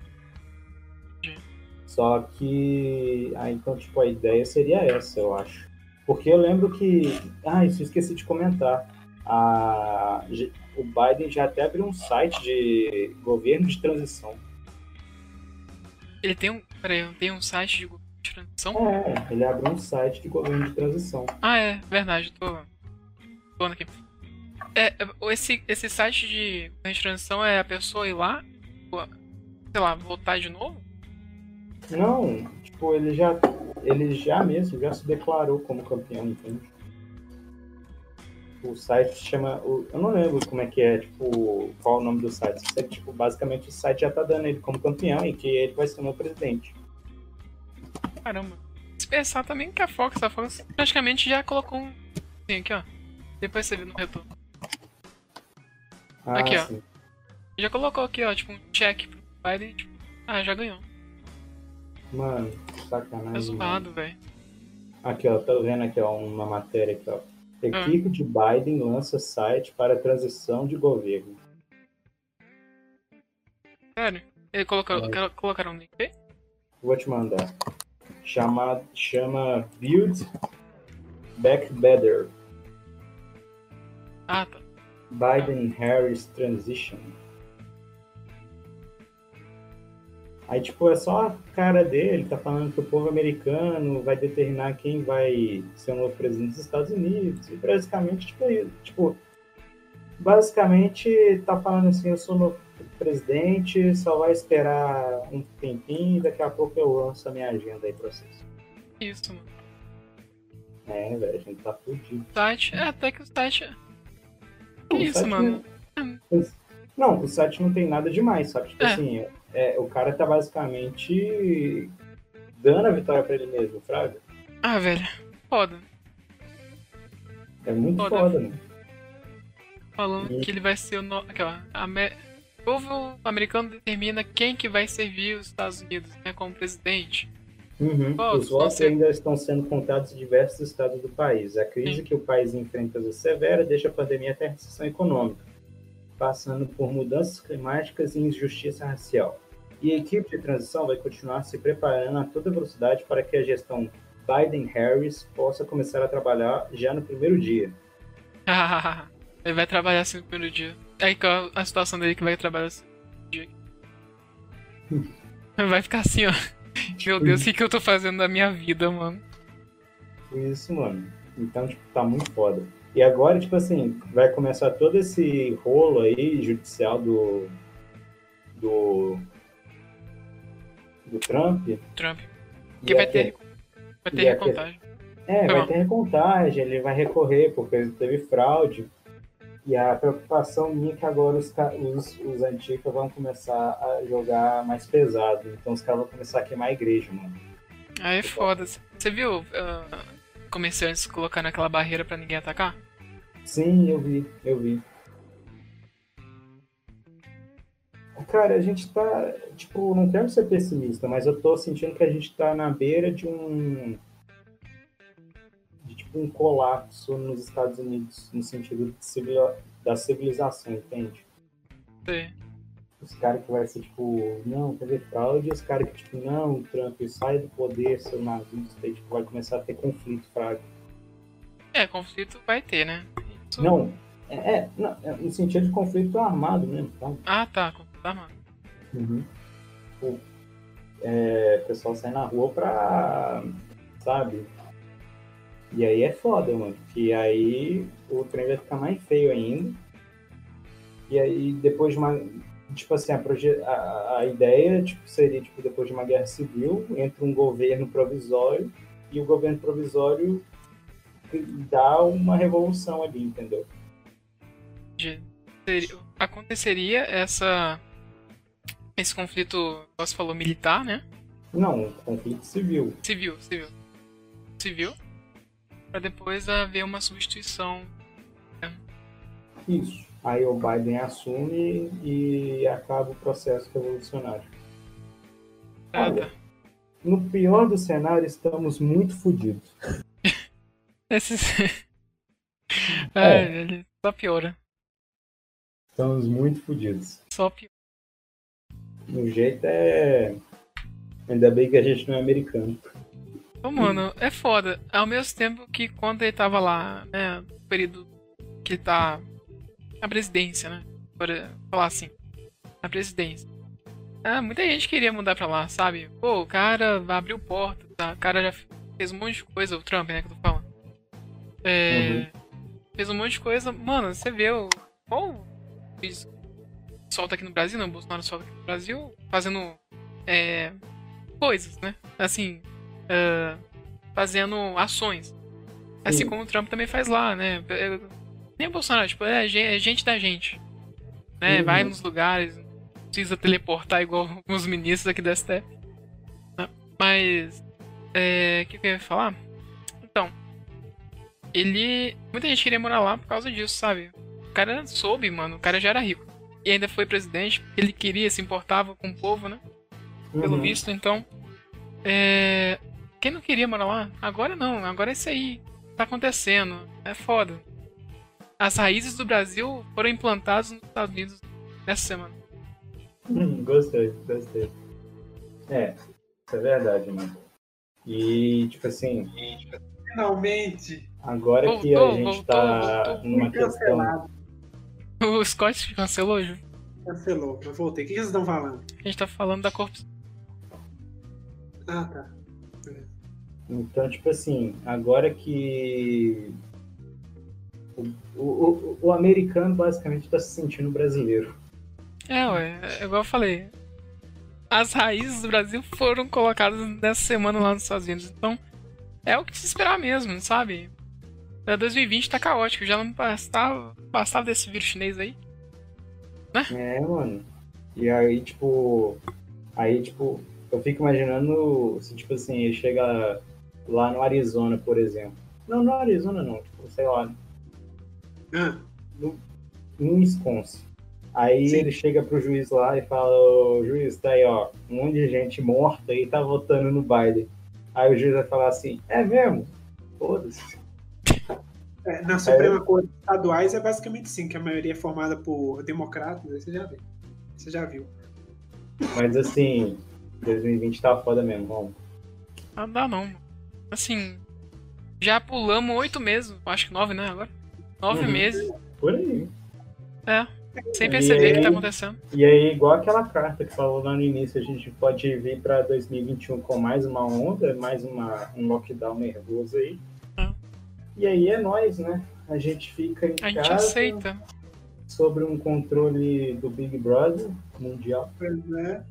Só que. Ah, então, tipo, a ideia seria essa, eu acho. Porque eu lembro que. Ah, isso eu esqueci de comentar. A, o Biden já até abriu um site de governo de transição. Ele tem um. Peraí, tem um site de governo de transição? É, ele abriu um site de governo de transição. Ah, é, verdade, tô. tô aqui. É, esse, esse site de governo de transição é a pessoa ir lá, sei lá, votar de novo? Não, tipo, ele já, ele já mesmo já se declarou como campeão, entende? O site se chama, eu não lembro como é que é, tipo, qual é o nome do site. Sei que, tipo, basicamente o site já tá dando ele como campeão e que ele vai ser o meu presidente. Caramba. Se pensar também que a Fox, a Fox praticamente já colocou um. Sim, aqui ó. Depois você vê no retorno. Ah, aqui ó. sim. Já colocou aqui ó, tipo um check pro Biden, tipo, ah, já ganhou. Mano, sacanagem. É zoado, velho. Aqui ó, tô vendo aqui ó, uma matéria aqui ó. Equipe de Biden lança site para transição de governo. Sério? Ele colocou, É. colocaram um link aí? Vou te mandar. Chama, chama Build Back Better. Ah, tá. Biden-Harris Transition. Aí, tipo, é só a cara dele, tá falando que o povo americano vai determinar quem vai ser o novo presidente dos Estados Unidos. E basicamente, tipo, tipo basicamente tá falando assim, eu sou o novo presidente, só vai esperar um tempinho e daqui a pouco eu lanço a minha agenda aí pra vocês. Isso, mano. É, velho, a gente tá fudido. O site, é, até que o site... Que O isso, site mano? Não, não, o site não tem nada demais, sabe? Tipo É. assim, é, o cara tá basicamente dando a vitória pra ele mesmo, fraga. Ah, velho. Foda. É muito Foda. foda, mano. Falando E- que ele vai ser o... No... Aquela... Amer... O povo americano determina quem que vai servir os Estados Unidos, né, como presidente. Uhum. Votos Os vão votos ser- ainda estão sendo contados em diversos estados do país. A crise Sim. que o país enfrenta é severa deixa a pandemia até a recessão econômica, passando por mudanças climáticas e injustiça racial. E a equipe de transição vai continuar se preparando a toda velocidade para que a gestão Biden-Harris possa começar a trabalhar já no primeiro dia. Ele vai trabalhar assim no primeiro dia. Aí qual a situação dele que vai trabalhar assim no primeiro dia? Vai ficar assim, ó. Meu Deus, o que, que eu tô fazendo da minha vida, mano? Isso, mano. Então, tipo, tá muito foda. E agora, tipo assim, vai começar todo esse rolo aí judicial do. do. do Trump. Trump. E Porque vai aqui- ter, vai ter e aqui- recontagem. É, Foi vai mal. ter recontagem, ele vai recorrer porque teve fraude. E a preocupação minha é que agora os, ca- os, os Antifa vão começar a jogar mais pesado. Então os caras vão começar a queimar a igreja, mano. Aí é foda. Você viu uh, comerciantes colocando aquela barreira pra ninguém atacar? Sim, eu vi, eu vi. Cara, a gente tá, tipo, não quero ser pessimista, mas eu tô sentindo que a gente tá na beira de um de tipo um colapso nos Estados Unidos, no sentido de civil, da civilização, entende? Sei. Os caras que vai ser tipo, não, teve fraude, e os caras que tipo, não, Trump, sai do poder, seu nazista, e tipo, vai começar a ter conflito, fraco. É, conflito vai ter, né? Isso- Não, é, é, não, é no sentido de conflito armado mesmo, tá? Ah, tá. Conflito armado. Uhum. Tipo, é, o pessoal sai na rua pra, sabe? E aí é foda, mano. Que aí o trem vai ficar mais feio ainda. E aí depois de uma. Tipo assim, a, proje- a, a ideia tipo, seria, tipo, depois de uma guerra civil, entra um governo provisório e o governo provisório dá uma revolução ali, entendeu? De- seria- aconteceria essa esse conflito, você falou, militar, né? Não, um conflito civil. Civil, civil. Civil. Pra depois haver uma substituição. Né? Isso. Aí o Biden assume e acaba o processo revolucionário. Ah, Olha, tá. no pior do cenário, estamos muito fodidos. Esses... É. é, ele só piora. Estamos muito fodidos. Só piora. O jeito é... Ainda bem que a gente não é americano. Ô, mano, é foda. Ao mesmo tempo que quando ele tava lá, né, no período que ele tá na presidência, né, por falar assim, na presidência. Ah, muita gente queria mudar pra lá, sabe? Pô, o cara abriu porta, tá? O cara já fez um monte de coisa, o Trump, né, que eu tô falando. É... Uhum. Fez um monte de coisa. Mano, você vê o... Qual solta aqui no Brasil, não? O Bolsonaro solta aqui no Brasil, fazendo é... coisas, né? Assim... Uh, fazendo ações. Assim Sim. como o Trump também faz lá, né? Nem o Bolsonaro, tipo, é gente da gente. Né? Uhum. Vai nos lugares, não precisa teleportar igual os ministros aqui da S T F. Né? Mas, é, o que, que eu ia falar? Então, ele... Muita gente queria morar lá por causa disso, sabe? O cara soube, mano, o cara já era rico. E ainda foi presidente, porque ele queria, se importava com o povo, né? Pelo Uhum. visto, então... É... Quem não queria morar lá? Agora não, agora é isso aí. Tá acontecendo. É foda. As raízes do Brasil foram implantadas nos Estados Unidos nessa semana. Hum, gostei, gostei. É, isso é verdade, mano. E, tipo assim... Finalmente! Agora Voltou, que a gente voltou, tá voltou. numa questão... O Scott cancelou, Ju? Cancelou, eu voltei. O que vocês estão falando? A gente tá falando da corrupção. Ah, tá. Então, tipo assim, agora que o, o, o americano basicamente está se sentindo brasileiro. É, ué, é igual eu falei. As raízes do Brasil foram colocadas nessa semana lá nos Estados Unidos. Então, é o que se esperar mesmo, sabe? dois mil e vinte tá caótico, já não bastava, bastava desse vírus chinês aí. Né? É, mano. E aí, tipo... Aí, tipo, eu fico imaginando se, tipo assim, ele chega lá no Arizona, por exemplo. Não, no Arizona não, tipo, sei lá. Ah. No, no Wisconsin. Aí Sim. ele chega pro juiz lá e fala, ô, juiz, tá aí, ó, um monte de gente morta e tá votando no Biden. Aí o juiz vai falar assim, é mesmo? Foda-se. É, na Suprema é. Corte estaduais é basicamente sim, que a maioria é formada por democratas, aí você já viu. Você já viu. Mas assim, dois mil e vinte tá foda mesmo, vamos. Não dá não. Assim, já pulamos oito meses, acho que nove, né, agora? Nove uhum. meses. Por aí. É, sem perceber o que tá acontecendo. E aí, igual aquela carta que falou lá no início, a gente pode vir pra dois mil e vinte e um com mais uma onda, mais uma, um lockdown nervoso aí. É. E aí é nóis, né? A gente fica em a casa... A gente aceita. Sobre um controle do Big Brother mundial. Pois é.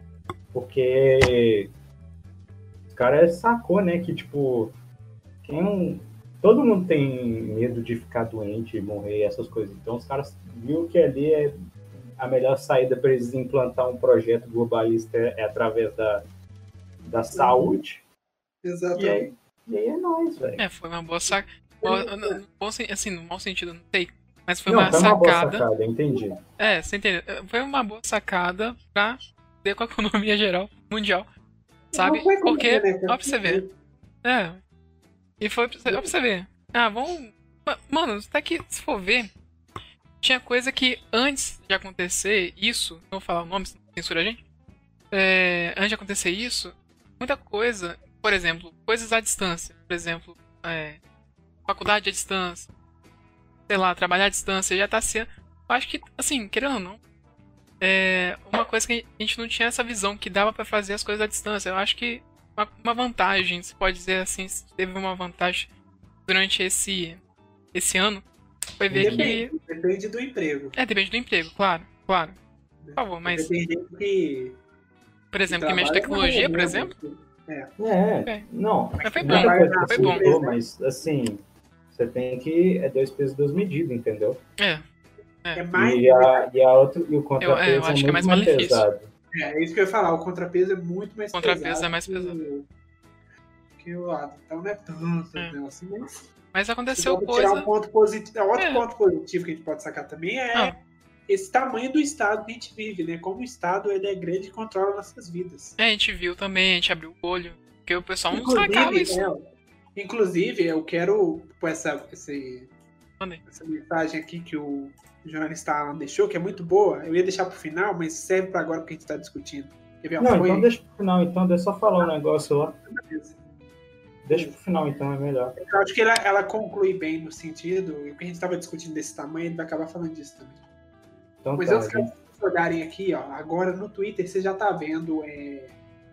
Porque o cara sacou, né, que, tipo, quem não... todo mundo tem medo de ficar doente, morrer, essas coisas. Então os caras viram que ali é a melhor saída para eles implantar um projeto globalista é, é através da, da saúde. Exatamente. E aí, e aí é nóis, velho. É, foi uma boa sacada. Assim, no mau sentido, não sei. Mas foi não, uma foi sacada. Uma boa sacada, entendi. É, você entendeu? Foi uma boa sacada pra ver com a economia geral, mundial. Sabe? Porque, ó pra você ver. É. E foi pra você, ó pra você ver. Ah, vamos. Mano, até que se for ver, tinha coisa que antes de acontecer isso, não vou falar o nome, senão censura a gente. É, antes de acontecer isso, muita coisa, por exemplo, coisas à distância. Por exemplo, é, faculdade à distância. Sei lá, trabalhar à distância já tá sendo. Eu acho que, assim, querendo ou não, é uma coisa que a gente não tinha essa visão que dava pra fazer as coisas à distância. Eu acho que uma, uma vantagem, se pode dizer assim, teve uma vantagem durante esse, esse ano, foi ver depende, que. Depende do emprego. É, depende do emprego, claro, claro. Por favor, mas. Tem gente que. Por exemplo, que mexe de tecnologia, por exemplo. É, é, é. Não. Mas foi bom, foi bom. Mudou, mas assim. Você tem que... É dois pesos, duas medidas, entendeu? É. É, é mais... E, a, e, a outro, e o contrapeso eu, é, eu acho é muito que é mais, mais malefício. pesado. É, é isso que eu ia falar. O contrapeso é muito mais o contrapeso pesado. é mais pesado. Que, que o lado. Então não é tanto é. assim, mas... Mas aconteceu Se coisa... tirar um ponto positivo, outro É. ponto positivo que a gente pode sacar também é Ah. esse tamanho do estado que a gente vive, né? Como o estado ele é grande e controla nossas vidas. É, a gente viu também, a gente abriu o olho. Porque o pessoal não sacava isso. é, inclusive, eu quero pôr essa, esse, Mandei. essa mensagem aqui que o jornalista Alan deixou, que é muito boa. Eu ia deixar pro final, mas serve para agora porque a gente está discutindo. Quer ver? Não, Foi- então deixa pro final, então, deixa eu só falar um negócio lá. Beleza. Deixa pro final, então, é melhor. Eu acho que ela, ela conclui bem no sentido, e o que a gente estava discutindo desse tamanho, ele vai acabar falando disso também. Então Mas tá, eu quero gente. que vocês olharem aqui, ó, agora no Twitter você já tá vendo é,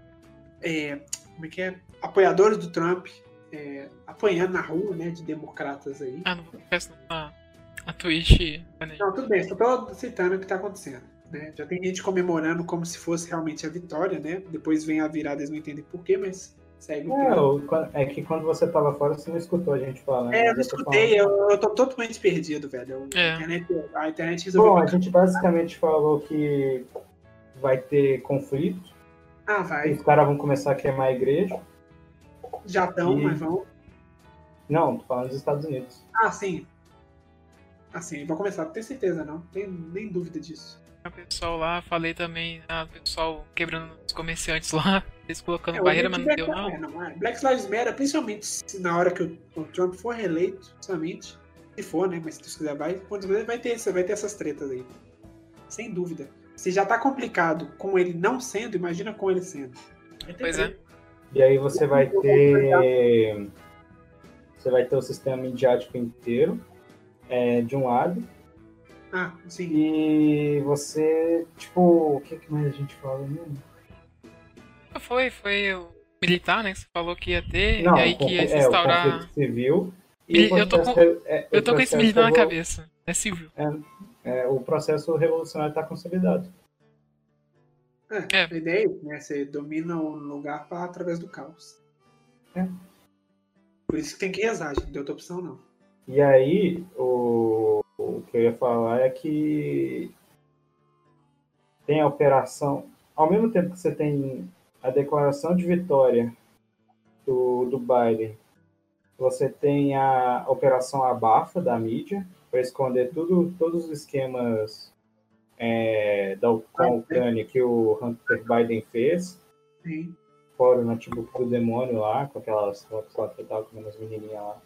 é, como é que é? Apoiadores do Trump é, apanhando na rua, né, de democratas aí. Ah, não vou peço a, a Twitch. Não, tudo bem, só tô citando o que tá acontecendo. Né? Já tem gente comemorando como se fosse realmente a vitória, né? Depois vem a virada, eles não entendem porquê, mas segue o É, tema. o- é que quando você tava fora, você não escutou a gente falar. É, eu não Mas tô escutei, falando. eu, eu tô totalmente perdido, velho. Eu- É. A internet, a internet resolveu. Bom, a gente basicamente falou que vai ter conflito, Ah, que vai. os caras vão começar a queimar a igreja. Já estão, E- mas vão. Não, tô falando dos Estados Unidos. Ah, sim. Assim, vão começar, não tenho certeza, não. Tem nem dúvida disso. O pessoal lá, falei também, ah, o pessoal quebrando os comerciantes lá, eles colocando É, o barreira, mas não Black deu Lives- não. é, não é. Black Lives Matter, principalmente se na hora que o, o Trump for reeleito, principalmente, se for, né? Mas se Deus quiser, vai, quando quiser, vai ter, vai ter essas tretas aí. Sem dúvida. Se já tá complicado com ele não sendo, imagina com ele sendo. Vai ter Pois é. treta. E aí você vai ter. Você vai ter o sistema midiático inteiro, é, de um lado. Ah, sim. E você, tipo, o que, que mais a gente fala mesmo? Foi, foi o militar, né, que você falou que ia ter, Não, e aí o que ia conflito- se é, o instaurar... conflito civil. E Mili- o eu tô processo com- re- é, o Eu tô com esse processo militar na revol- cabeça, é civil. é, o processo revolucionário está consolidado. É, É. A ideia é isso, né? Você domina o lugar pra, através do caos. É. Por isso que tem que rezar, gente. Não tem outra opção, não. E aí, o, o que eu ia falar é que tem a operação, ao mesmo tempo que você tem a declaração de vitória do, do Biden, você tem a operação abafa da mídia, para esconder tudo, todos os esquemas é, da, com a Ucrânia que o Hunter Biden fez, Sim. fora o notebook do demônio lá, com aquelas fotos lá que eu tava comendo as menininhas lá.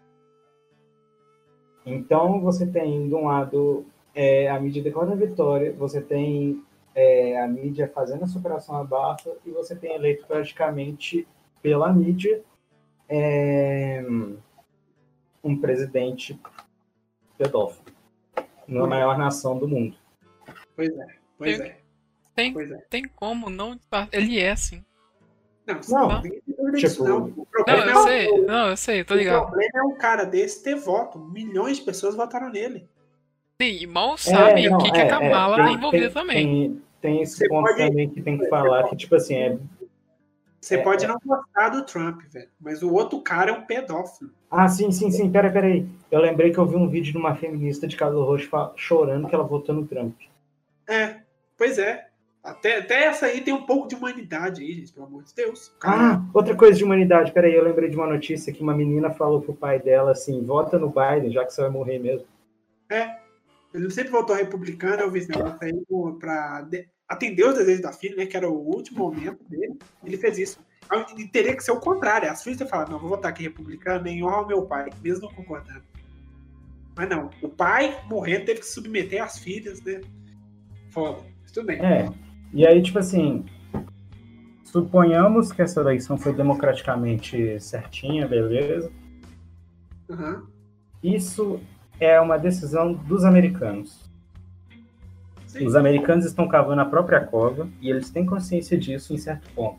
Então, você tem, de um lado, é, a mídia declarando a vitória, você tem é, a mídia fazendo essa operação abafa, e você tem eleito praticamente pela mídia é, um presidente pedófilo na maior nação do mundo. Pois é. Pois Tem- é. Tem, Pois é. tem como não... Ele é assim. Não, Não, ninguém tem dúvida disso, tipo, não. O Não, problema, eu é, sei, o, não, eu sei, eu tô o ligado. problema é um cara desse ter voto. Milhões de pessoas votaram nele. Sim, e mal sabem não, que, que a Kamala tem- tá envolvida tem- também. Tem, tem esse Você ponto pode- também que tem que falar, que tipo assim, é, Você É, pode é. não gostar do Trump, velho. Mas o outro cara é um pedófilo. ah, sim, sim, sim, pera, pera aí. Eu lembrei que eu vi um vídeo de uma feminista de cabelo roxo fa- chorando que ela votou no Trump. É, pois é. Até, até essa aí tem um pouco de humanidade aí, gente, pelo amor de Deus. O cara- Ah, outra coisa de humanidade, pera aí, eu lembrei de uma notícia que uma menina falou pro pai dela assim, vota no Biden, já que você vai morrer mesmo. Ele sempre votou republicano, eu vi esse negócio aí pra de- atender os desejos da filha, né? Que era o último momento dele. Ele fez isso. E teria que ser o contrário. As filhas falam, não, vou votar aqui republicano em honra ao meu pai, mesmo não concordando. Mas não, o pai morrendo teve que se submeter às filhas, né? Foda. Mas tudo bem. É, e aí, tipo assim, suponhamos que essa eleição foi democraticamente certinha, beleza? Aham. Isso é uma decisão dos americanos. Sim. Os americanos estão cavando a própria cova e eles têm consciência disso em certo ponto.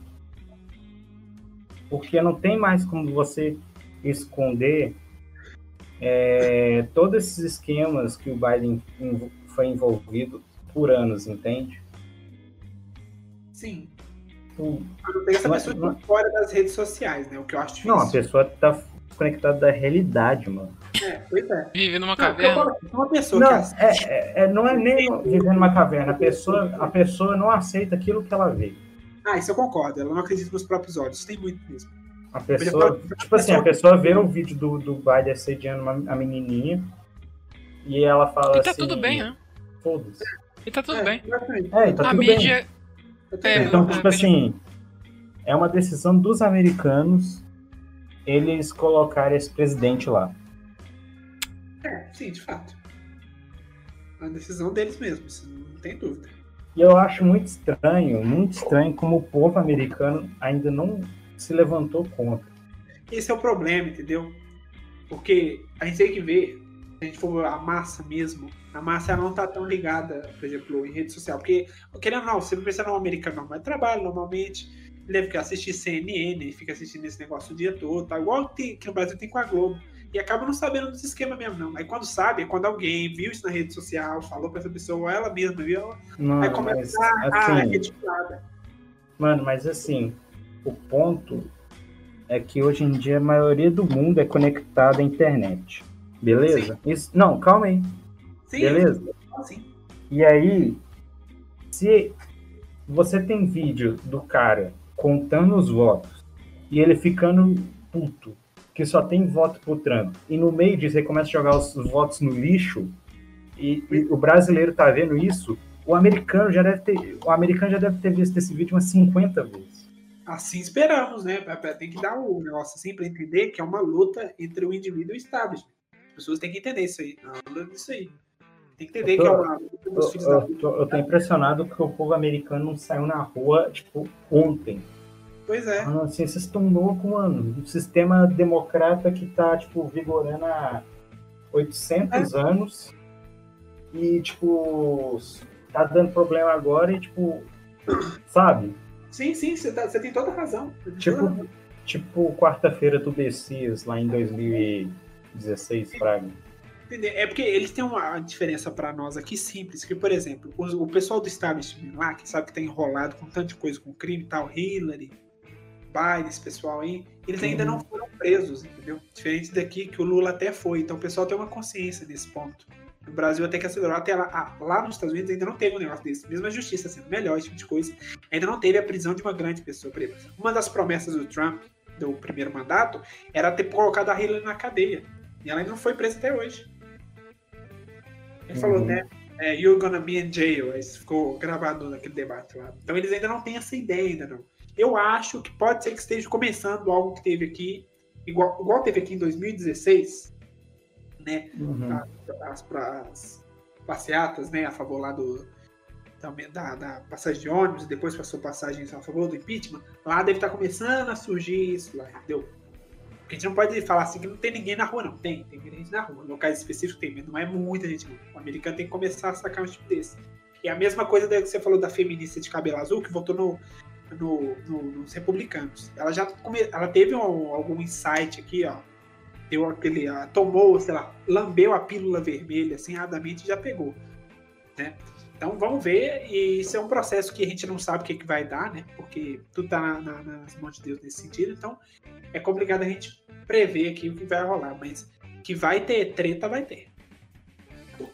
Porque não tem mais como você esconder é, todos esses esquemas que o Biden env- foi envolvido por anos, entende? Sim. O- Eu não tenho essa Não é- pessoa não é- de fora das redes sociais, né? O que eu acho difícil. Não, a pessoa tá desconectada da realidade, mano. É, pois é. Vive numa Não, eu caverna. falo assim, uma pessoa Não, que assiste, é, é- é- não é nem viver numa caverna. A pessoa, a pessoa não aceita aquilo que ela vê. Ah, isso eu concordo. Ela não acredita nos próprios olhos. Tem muito mesmo. A pessoa, tipo assim, a pessoa vê um vídeo do, do Biden assediando uma, a menininha e ela fala E tá assim... tudo bem, né? Foda-se. E tá tudo É, bem. exatamente. É, e tá A tudo mídia... bem. É, Então, é, tipo é, assim, é uma decisão dos americanos eles colocarem esse presidente lá. É, sim, de fato. É uma decisão deles mesmos, não tem dúvida. E eu acho muito estranho, muito estranho como o povo americano ainda não se levantou contra. Esse é o problema, entendeu? Porque a gente tem que ver, se a gente for a massa mesmo, a massa ela não tá tão ligada, por exemplo, em rede social. Porque, querendo ou não, você não pensa no americano não, mas trabalha normalmente, ele deve assistir C N N, fica assistindo esse negócio o dia todo, tá? Igual que no Brasil tem com a Globo. E acaba não sabendo dos esquemas mesmo, não. Aí quando sabe, é quando alguém viu isso na rede social, falou pra essa pessoa, ou ela mesma viu, ela Mano, aí começa mas, a, a assim, reticulada. mano, mas assim, o ponto é que hoje em dia a maioria do mundo é conectada à internet. Beleza? Isso, não, calma aí. Sim, Beleza? assim. E aí, se você tem vídeo do cara contando os votos e ele ficando puto, que só tem voto pro Trump, e no meio disso ele começa a jogar os, os votos no lixo, e, e o brasileiro tá vendo isso, o americano já deve ter, o americano já deve ter visto esse vídeo umas cinquenta vezes. Assim esperamos, né? Tem que dar o negócio assim para entender que é uma luta entre o indivíduo e o establishment. As pessoas têm que entender isso aí. Não, isso aí. Tem que entender Eu tô- que é uma luta dos filhos da Eu, puta. tô, eu tô impressionado porque o povo americano não saiu na rua, tipo, ontem. Pois é. Mano, assim, vocês estão loucos, mano. Um sistema democrata que tá, tipo, vigorando há oitocentos anos e, tipo, tá dando problema agora e, tipo, sabe? Sim, sim, você, tá, você tem toda a razão. Você tem Tipo, toda a razão. tipo quarta-feira do Bessias, lá em dois mil e dezesseis, Fraga. Entender? É porque eles têm uma diferença para nós aqui simples, que, por exemplo, os- o pessoal do establishment lá, que sabe que tá enrolado com tanta coisa, com crime e tal, Hillary, Biden, esse pessoal aí, eles ainda não foram presos, entendeu? Diferente daqui, que o Lula até foi. Então o pessoal tem uma consciência nesse ponto. No Brasil até que acelerou, até lá, ah, lá nos Estados Unidos ainda não teve um negócio desse. Mesmo a justiça sendo melhor, esse tipo de coisa, ainda não teve a prisão de uma grande pessoa. Por exemplo, uma das promessas do Trump, do primeiro mandato, era ter colocado a Hillary na cadeia. E ela ainda não foi presa até hoje. Ele Uhum. falou, né? É, You're gonna be in jail. Isso ficou gravado naquele debate lá. Então eles ainda não têm essa ideia, ainda não. Eu acho que pode ser que esteja começando algo que teve aqui, igual, igual teve aqui em dois mil e dezesseis, né? Uhum. As, as passeatas, né? A favor lá do, também da, da passagem de ônibus, depois passou passagens a favor do impeachment. Lá deve estar começando a surgir isso lá, entendeu? Porque a gente não pode falar assim que não tem ninguém na rua, não. Tem, tem gente na rua. Em locais específicos tem, mas não é muita gente. Não. O americano tem que começar a sacar um tipo desse. E a mesma coisa que você falou da feminista de cabelo azul, que votou no, no, no, nos republicanos. Ela já come, ela teve um, algum insight aqui, ó. Deu aquele, ó, tomou, sei lá, lambeu a pílula vermelha, assim, rapidamente já pegou. Né? Então vamos ver, e isso é um processo que a gente não sabe o que, que vai dar, né? Porque tudo tá na, na, nas mãos de Deus nesse sentido, então é complicado a gente prever aqui o que vai rolar, mas que vai ter treta, vai ter. Com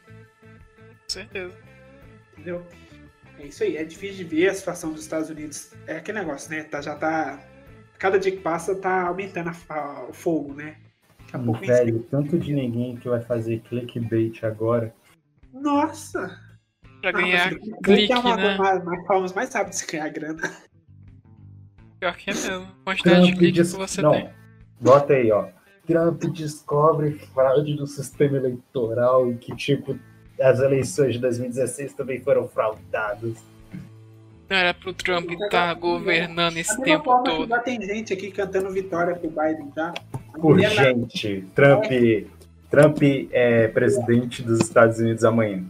certeza. Entendeu? É isso aí, é difícil de ver a situação dos Estados Unidos. É aquele negócio, né? Tá, já tá. Cada dia que passa tá aumentando a, a, o fogo, né? Daqui a Hum, pouco velho, tanto de ninguém que vai fazer clickbait agora. Nossa! Pra Não, ganhar mas clique, clique, é uma né? das mais, formas mais rápidas de ganhar grana. Pior que é mesmo. Quantidade de Trump clique des... que você Não, tem. bota aí, ó. Trump descobre fraude do sistema eleitoral e que, tipo, as eleições de dois mil e dezesseis também foram fraudadas. Não era pro Trump estar governando esse Da mesma tempo forma que todo. já tem gente aqui cantando vitória pro Biden, tá? A Por mulher da- gente, Trump, Trump é presidente dos Estados Unidos amanhã.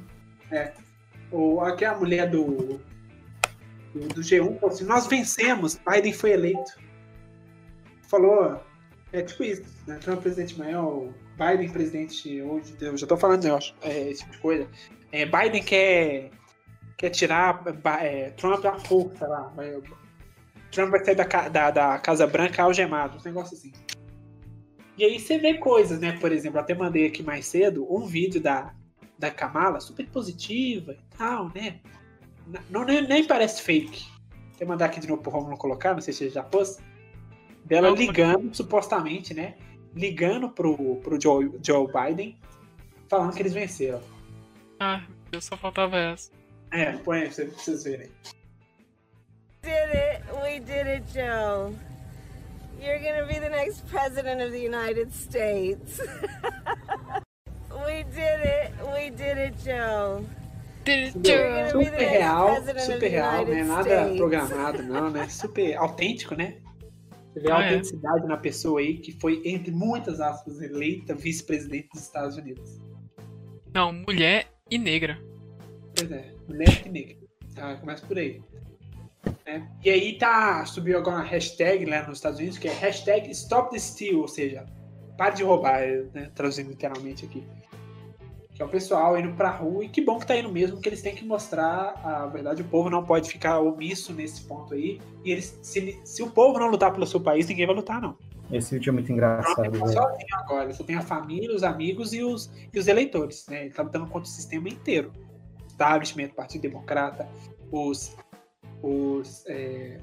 o, aqui é a mulher do, do, do G um falou assim, nós vencemos, Biden foi eleito. Falou, é tipo isso, né? Trump presidente maior, Biden presidente hoje, eu já tô falando, eu acho, é, esse tipo de coisa. É, Biden quer, quer tirar é, Trump à força lá. Vai, Trump vai sair da, da, da Casa Branca algemado, um negócio assim. E aí você vê coisas, né? Por exemplo, até mandei aqui mais cedo um vídeo da, da Kamala, super positiva e tal, né? Não, nem, nem parece fake. Vou mandar aqui de novo pro Romulo colocar, não sei se ele já pôs. dela Não, ligando, supostamente, né? Ligando pro, pro Joe, Joe Biden, falando que eles venceram. Ah, eu só faltava essa. É, põe aí pra vocês verem. Did it. We did it, Joe. You're gonna be the next president of the United States. We did it. We did it, Joe. Super real, super real, né? Nada programado, não, né? Super autêntico, né? Você vê a Ah, é. autenticidade na pessoa aí que foi, entre muitas aspas, eleita vice-presidente dos Estados Unidos. Não, mulher e negra. Pois é, mulher e negra. Tá, começa por aí. Né? E aí tá, subiu agora uma hashtag lá nos Estados Unidos, que é hashtag Stop the Steal, ou seja, pare de roubar, né? Traduzindo literalmente aqui. Que é o pessoal indo pra rua, e que bom que tá indo mesmo, porque eles têm que mostrar a verdade. O povo não pode ficar omisso nesse ponto aí. E eles, se, se o povo não lutar pelo seu país, ninguém vai lutar, não. Esse vídeo é muito Não, engraçado, ele tá velho. sozinho agora. Você tem a família, os amigos e os, e os eleitores, né? Ele tá lutando contra o sistema inteiro. Establishment, Partido Democrata, os, os, é,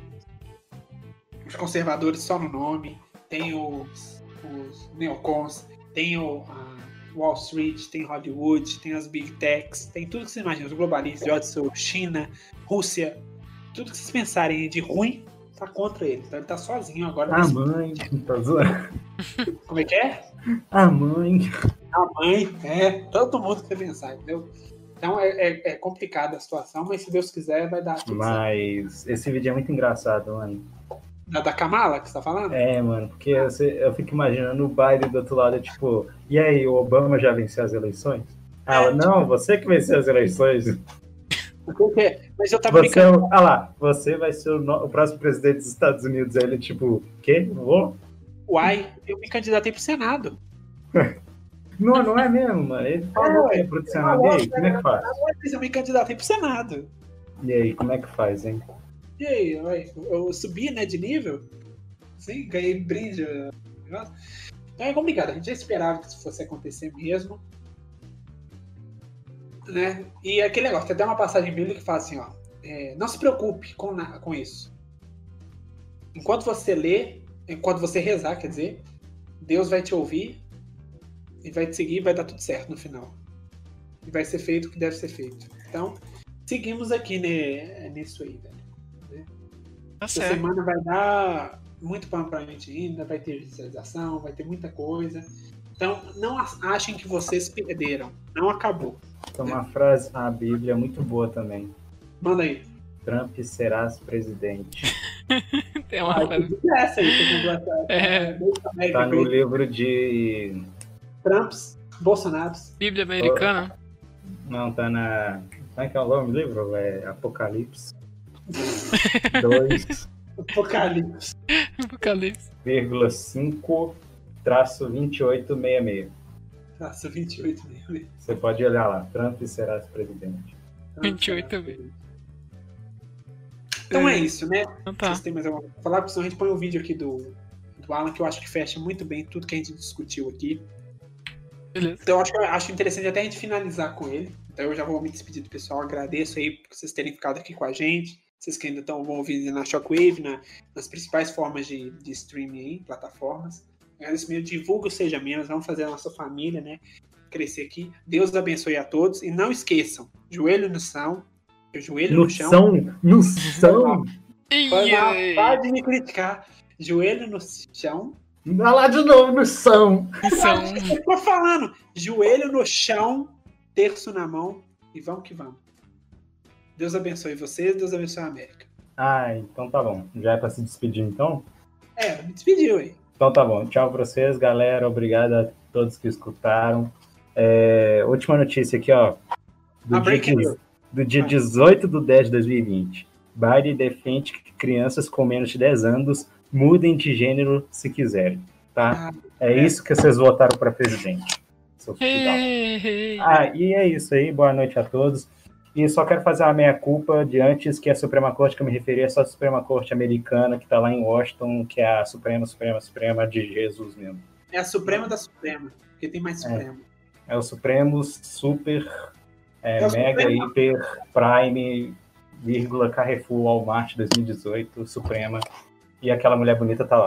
os conservadores só no nome, tem os, os neocons, tem o, a Wall Street, tem Hollywood, tem as Big Techs, tem tudo que você imagina, os globalistas, George Soros, China, Rússia, tudo que vocês pensarem de ruim, tá contra ele. Então ele tá sozinho agora. A nesse- mãe, tá zoando? Como é que é? A mãe. A mãe, é, todo mundo que você pensar, entendeu? Então é, é, é complicada a situação, mas se Deus quiser vai dar tudo certo. Mas esse vídeo é muito engraçado, mano. Da, da Kamala que você tá falando? É, mano, porque você, eu fico imaginando o Biden do outro lado, tipo, e aí, o Obama já venceu as eleições? Ah, ela, não, você que venceu as eleições. Por quê? Mas eu tava Você, é brincando. o- ah lá, você vai ser o, no- o próximo presidente dos Estados Unidos. Aí ele, tipo, quê? Vou? Uai, eu me candidatei pro Senado. Não, não é mesmo, mano. Ele falou É, que é pro Senado. E aí, como é que faz? Mas eu me candidatei pro Senado. E aí, como é que faz, hein? E aí, uai, eu subi, né, de nível. Sim, ganhei brinde. uh, negócio. Então é complicado. A gente já esperava que isso fosse acontecer mesmo. Né? E aquele negócio, tem até uma passagem bíblica que fala assim, ó. é, não se preocupe com, na- com isso. Enquanto você lê, enquanto você rezar, quer dizer, Deus vai te ouvir e vai te seguir e vai dar tudo certo no final. E vai ser feito o que deve ser feito. Então, seguimos aqui né, nisso aí, velho. Tá Essa certo. semana vai dar muito pano pra gente ainda, vai ter visualização, vai ter muita coisa. Então, não a- achem que vocês perderam. Não acabou. Tem uma frase na Bíblia muito boa também. Manda aí. Trump serás presidente. Tem uma Ah, frase. que é essa aí? Que comprou essa- É. essa América Tá no Great livro de... Trumps, Bolsonaros. Bíblia americana. Não, tá na... Como é que é o nome do livro? É Apocalipse dois Apocalipse. Apocalipse. vírgula cinco traço vinte e oito sessenta e seis. Nossa, vinte e oito mesmo. Você pode olhar lá. Trump serás presidente. vinte e oito mesmo. Então é isso, né? Então tá. Vocês têm mais alguma coisa pra falar? Porque senão a gente põe o vídeo aqui do, do Alan, que eu acho que fecha muito bem tudo que a gente discutiu aqui. Beleza. Então eu acho, acho interessante até a gente finalizar com ele. Então eu já vou me despedir do pessoal. Agradeço aí por vocês terem ficado aqui com a gente. Vocês que ainda estão vão ouvir na Shockwave, na, nas principais formas de, de streaming aí, plataformas. Agradecimento, divulga o Seja Menos, vamos fazer a nossa família, né? Crescer aqui. Deus abençoe a todos. E não esqueçam, joelho no chão, joelho no, No chão. chão! No chão! Foi mal, Ih, para de me criticar. Joelho no chão. Vai lá de novo no chão! são Eu tô falando. Joelho no chão, terço na mão e vamos que vamos. Deus abençoe vocês, Deus abençoe a América. Ah, então tá bom. Já é pra se despedir, então? É, me despediu aí. Então tá bom. Tchau pra vocês, galera. Obrigado a todos que escutaram. É, última notícia aqui, ó. Do A dia, breaking quinze news. do dia dezoito de dez de dois mil e vinte. Biden defende que crianças com menos de dez anos mudem de gênero se quiserem, tá? É é. isso que vocês votaram para presidente. Seu filho da- Hey, hey. Ah, e é isso aí. Boa noite a todos. E só quero fazer uma meia-culpa de antes, que a Suprema Corte que eu me referi é só a Suprema Corte americana, que tá lá em Washington, que é a Suprema, Suprema, Suprema de Jesus mesmo. É a Suprema da Suprema, porque tem mais Suprema. É o Supremo Super é, É o Mega Supremo. Hiper Prime vírgula Carrefour Walmart dois mil e dezoito Suprema, e aquela mulher bonita tá lá.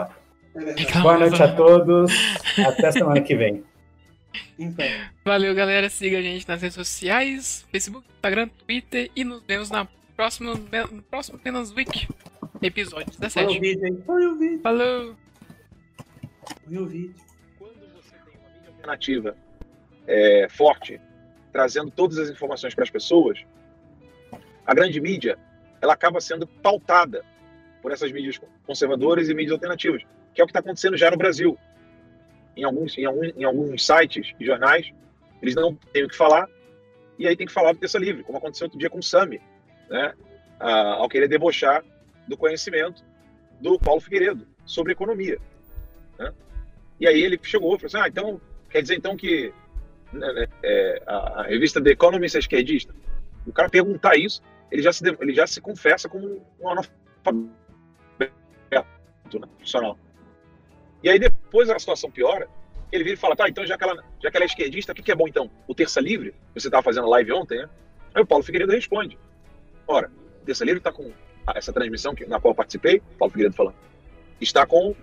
verdade. Boa noite a todos. Até semana que vem. Então, Valeu, galera. Siga a gente nas redes sociais, Facebook, Instagram, Twitter. E nos vemos na próxima, no próximo Penas Week, episódio põe o dezessete. vídeo aí. Põe o vídeo. Falou! Põe o vídeo. Quando você tem uma mídia alternativa é, forte, trazendo todas as informações para as pessoas, a grande mídia ela acaba sendo pautada por essas mídias conservadoras e mídias alternativas, que é o que está acontecendo já no Brasil. Em alguns, em, alguns, em alguns sites e jornais, eles não têm o que falar, e aí tem que falar do terça livre, como aconteceu outro dia com o Sami, né? Ah, ao querer debochar do conhecimento do Paulo Figueiredo sobre economia. Né? E aí ele chegou e falou assim, ah, então, quer dizer então que né, é, a, a revista The Economist é esquerdista? O cara perguntar isso, ele já se, ele já se confessa como um analfabeto profissional. E aí depois a situação piora, ele vira e fala, tá, então já que ela, já que ela é esquerdista, o que, que é bom então? O Terça Livre? Você estava fazendo live ontem, né? Aí o Paulo Figueiredo responde, ora, o Terça Livre está com essa transmissão que, na qual eu participei, Paulo Figueiredo falando, está com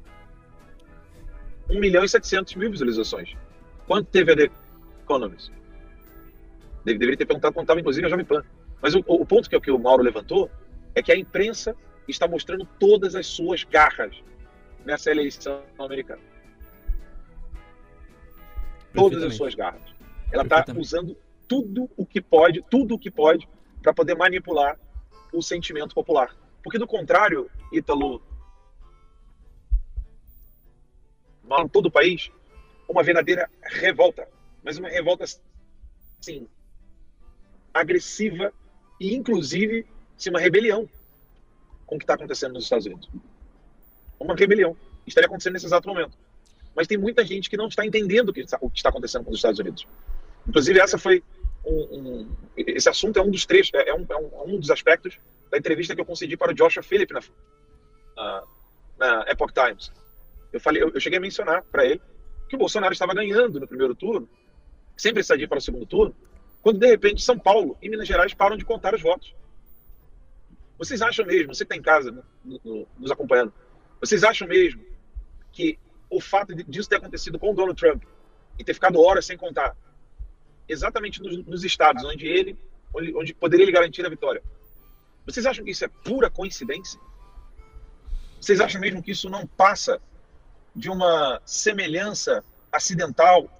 um milhão e setecentos mil visualizações. Quanto teve a The Economist? Deve, deveria ter perguntado quanto estava, inclusive, a Jovem Pan. Mas o, o ponto que, é que o Mauro levantou é que a imprensa está mostrando todas as suas garras nessa eleição americana. Todas as suas garras. Ela está usando tudo o que pode, tudo o que pode, para poder manipular o sentimento popular. Porque, do contrário, Ítalo, em todo o país, uma verdadeira revolta. Mas uma revolta, sim, agressiva e, inclusive, sim, uma rebelião com o que está acontecendo nos Estados Unidos. Uma rebelião. Estaria acontecendo nesse exato momento. Mas tem muita gente que não está entendendo o que está, o que está acontecendo com os Estados Unidos. Inclusive, essa foi um, um, esse assunto é um dos trechos, é um, é um, um dos aspectos da entrevista que eu concedi para o Joshua Philippe na, na, na Epoch Times. Eu, falei, eu, eu cheguei a mencionar para ele que o Bolsonaro estava ganhando no primeiro turno, sem precisar de ir para o segundo turno, quando, de repente, São Paulo e Minas Gerais param de contar os votos. Vocês acham mesmo, você que está em casa no, no, nos acompanhando, vocês acham mesmo que o fato disso ter acontecido com o Donald Trump e ter ficado horas sem contar, exatamente nos, nos estados onde ele, onde, onde poderia lhe garantir a vitória, vocês acham que isso é pura coincidência? Vocês acham mesmo que isso não passa de uma semelhança acidental?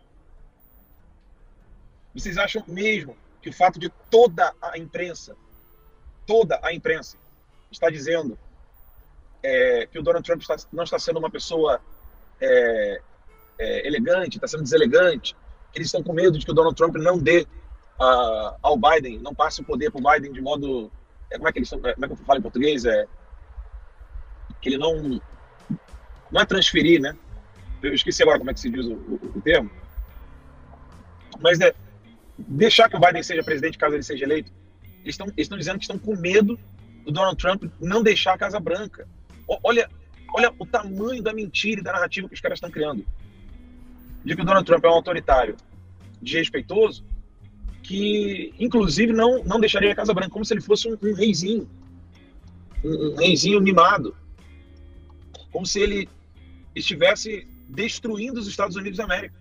Vocês acham mesmo que o fato de toda a imprensa, toda a imprensa, está dizendo é, que o Donald Trump está, não está sendo uma pessoa é, é, elegante, está sendo deselegante, que eles estão com medo de que o Donald Trump não dê uh, ao Biden, não passe o poder para o Biden de modo... É, como é que eles são, como é que eu falo em português? É, que ele não... Não é transferir, né? Eu esqueci agora como é que se diz o, o, o termo. Mas é deixar que o Biden seja presidente caso ele seja eleito. Eles estão, eles estão dizendo que estão com medo do Donald Trump não deixar a Casa Branca. Olha, olha o tamanho da mentira e da narrativa que os caras estão criando. De que o Donald Trump é um autoritário desrespeitoso, que inclusive não, não deixaria a Casa Branca, como se ele fosse um, um reizinho. Um, um reizinho mimado. Como se ele estivesse destruindo os Estados Unidos da América.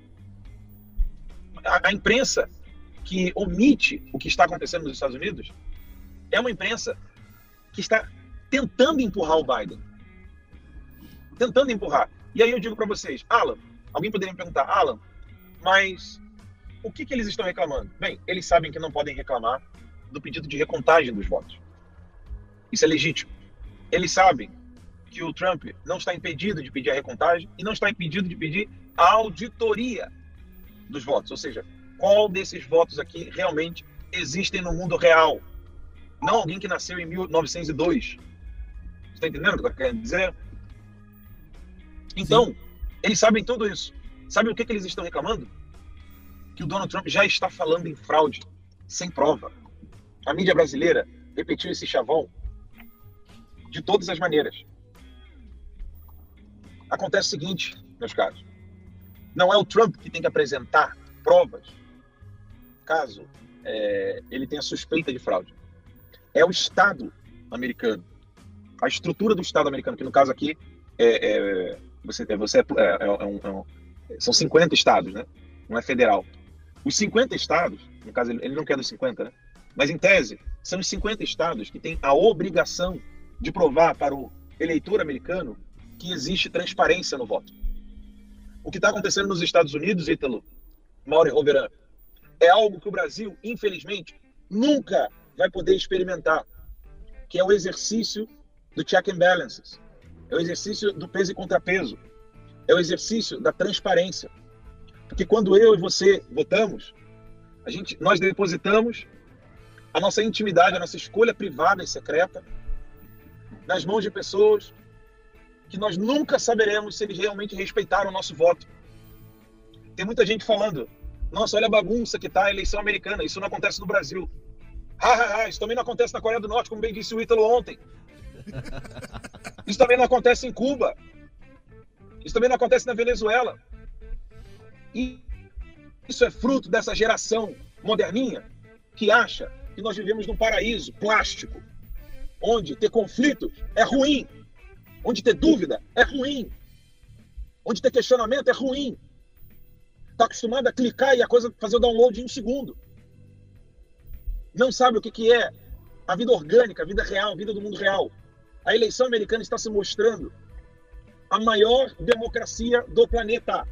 A, a imprensa que omite o que está acontecendo nos Estados Unidos é uma imprensa que está tentando empurrar o Biden. Tentando empurrar. E aí eu digo para vocês, Alan, alguém poderia me perguntar, Alan, mas o que, que eles estão reclamando? Bem, eles sabem que não podem reclamar do pedido de recontagem dos votos. Isso é legítimo. Eles sabem que o Trump não está impedido de pedir a recontagem e não está impedido de pedir a auditoria dos votos. Ou seja, qual desses votos aqui realmente existem no mundo real? Não alguém que nasceu em mil novecentos e dois. Você está entendendo o que eu estou querendo dizer? Então, sim, eles sabem tudo isso. Sabe o que, que eles estão reclamando? Que o Donald Trump já está falando em fraude, sem prova. A mídia brasileira repetiu esse chavão de todas as maneiras. Acontece o seguinte, meus caros. Não é o Trump que tem que apresentar provas caso é, ele tenha suspeita de fraude. É o Estado americano. A estrutura do Estado americano, que no caso aqui é, é, você, você é, é, é, um, é um, são cinquenta estados, né? Não é federal. Os cinquenta estados, no caso ele não quer dos cinquenta, né? Mas em tese, são os cinquenta estados que têm a obrigação de provar para o eleitor americano que existe transparência no voto. O que está acontecendo nos Estados Unidos, Ítalo, Mauro e Roveran, é algo que o Brasil, infelizmente, nunca vai poder experimentar, que é o exercício do check and balances, é o exercício do peso e contrapeso, é o exercício da transparência. Porque quando eu e você votamos, a gente, nós depositamos a nossa intimidade, a nossa escolha privada e secreta nas mãos de pessoas que nós nunca saberemos se eles realmente respeitaram o nosso voto. Tem muita gente falando, nossa, olha a bagunça que está a eleição americana, isso não acontece no Brasil. Ha, ha, ha, isso também não acontece na Coreia do Norte, como bem disse o Ítalo ontem. Isso também não acontece em Cuba. Isso também não acontece na Venezuela. E isso é fruto dessa geração moderninha que acha que nós vivemos num paraíso plástico, onde ter conflitos é ruim, onde ter dúvida é ruim, onde ter questionamento é ruim. Está acostumado a clicar e a coisa fazer o download em um segundo. Não sabe o que, que é a vida orgânica, a vida real, a vida do mundo real. A eleição americana está se mostrando a maior democracia do planeta,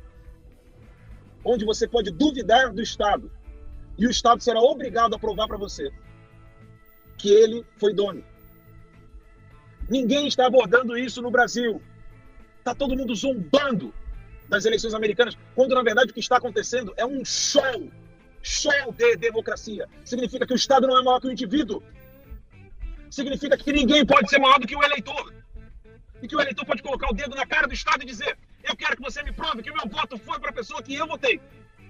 onde você pode duvidar do Estado e o Estado será obrigado a provar para você que ele foi dono. Ninguém está abordando isso no Brasil. Está todo mundo zombando das eleições americanas, quando na verdade o que está acontecendo é um show, show de democracia. Significa que o Estado não é maior que o indivíduo. Significa que ninguém pode ser maior do que o eleitor. E que o eleitor pode colocar o dedo na cara do Estado e dizer, eu quero que você me prove que o meu voto foi para a pessoa que eu votei.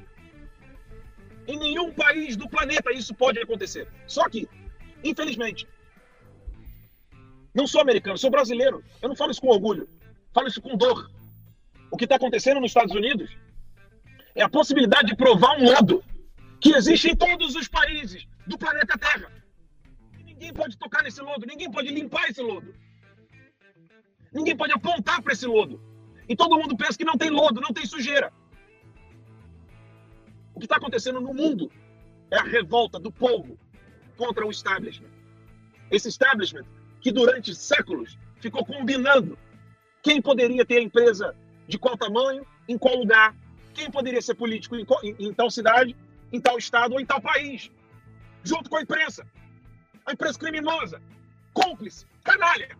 Em nenhum país do planeta isso pode acontecer. Só que, infelizmente, não sou americano, sou brasileiro. Eu não falo isso com orgulho, falo isso com dor. O que está acontecendo nos Estados Unidos é a possibilidade de provar um lodo que existe em todos os países do planeta Terra. E ninguém pode tocar nesse lodo, ninguém pode limpar esse lodo. Ninguém pode apontar para esse lodo. E todo mundo pensa que não tem lodo, não tem sujeira. O que está acontecendo no mundo é a revolta do povo contra o establishment. Esse establishment que durante séculos ficou combinando quem poderia ter a empresa de qual tamanho, em qual lugar, quem poderia ser político em, qual, em, em tal cidade, em tal estado ou em tal país, junto com a imprensa. A imprensa criminosa, cúmplice, canalha.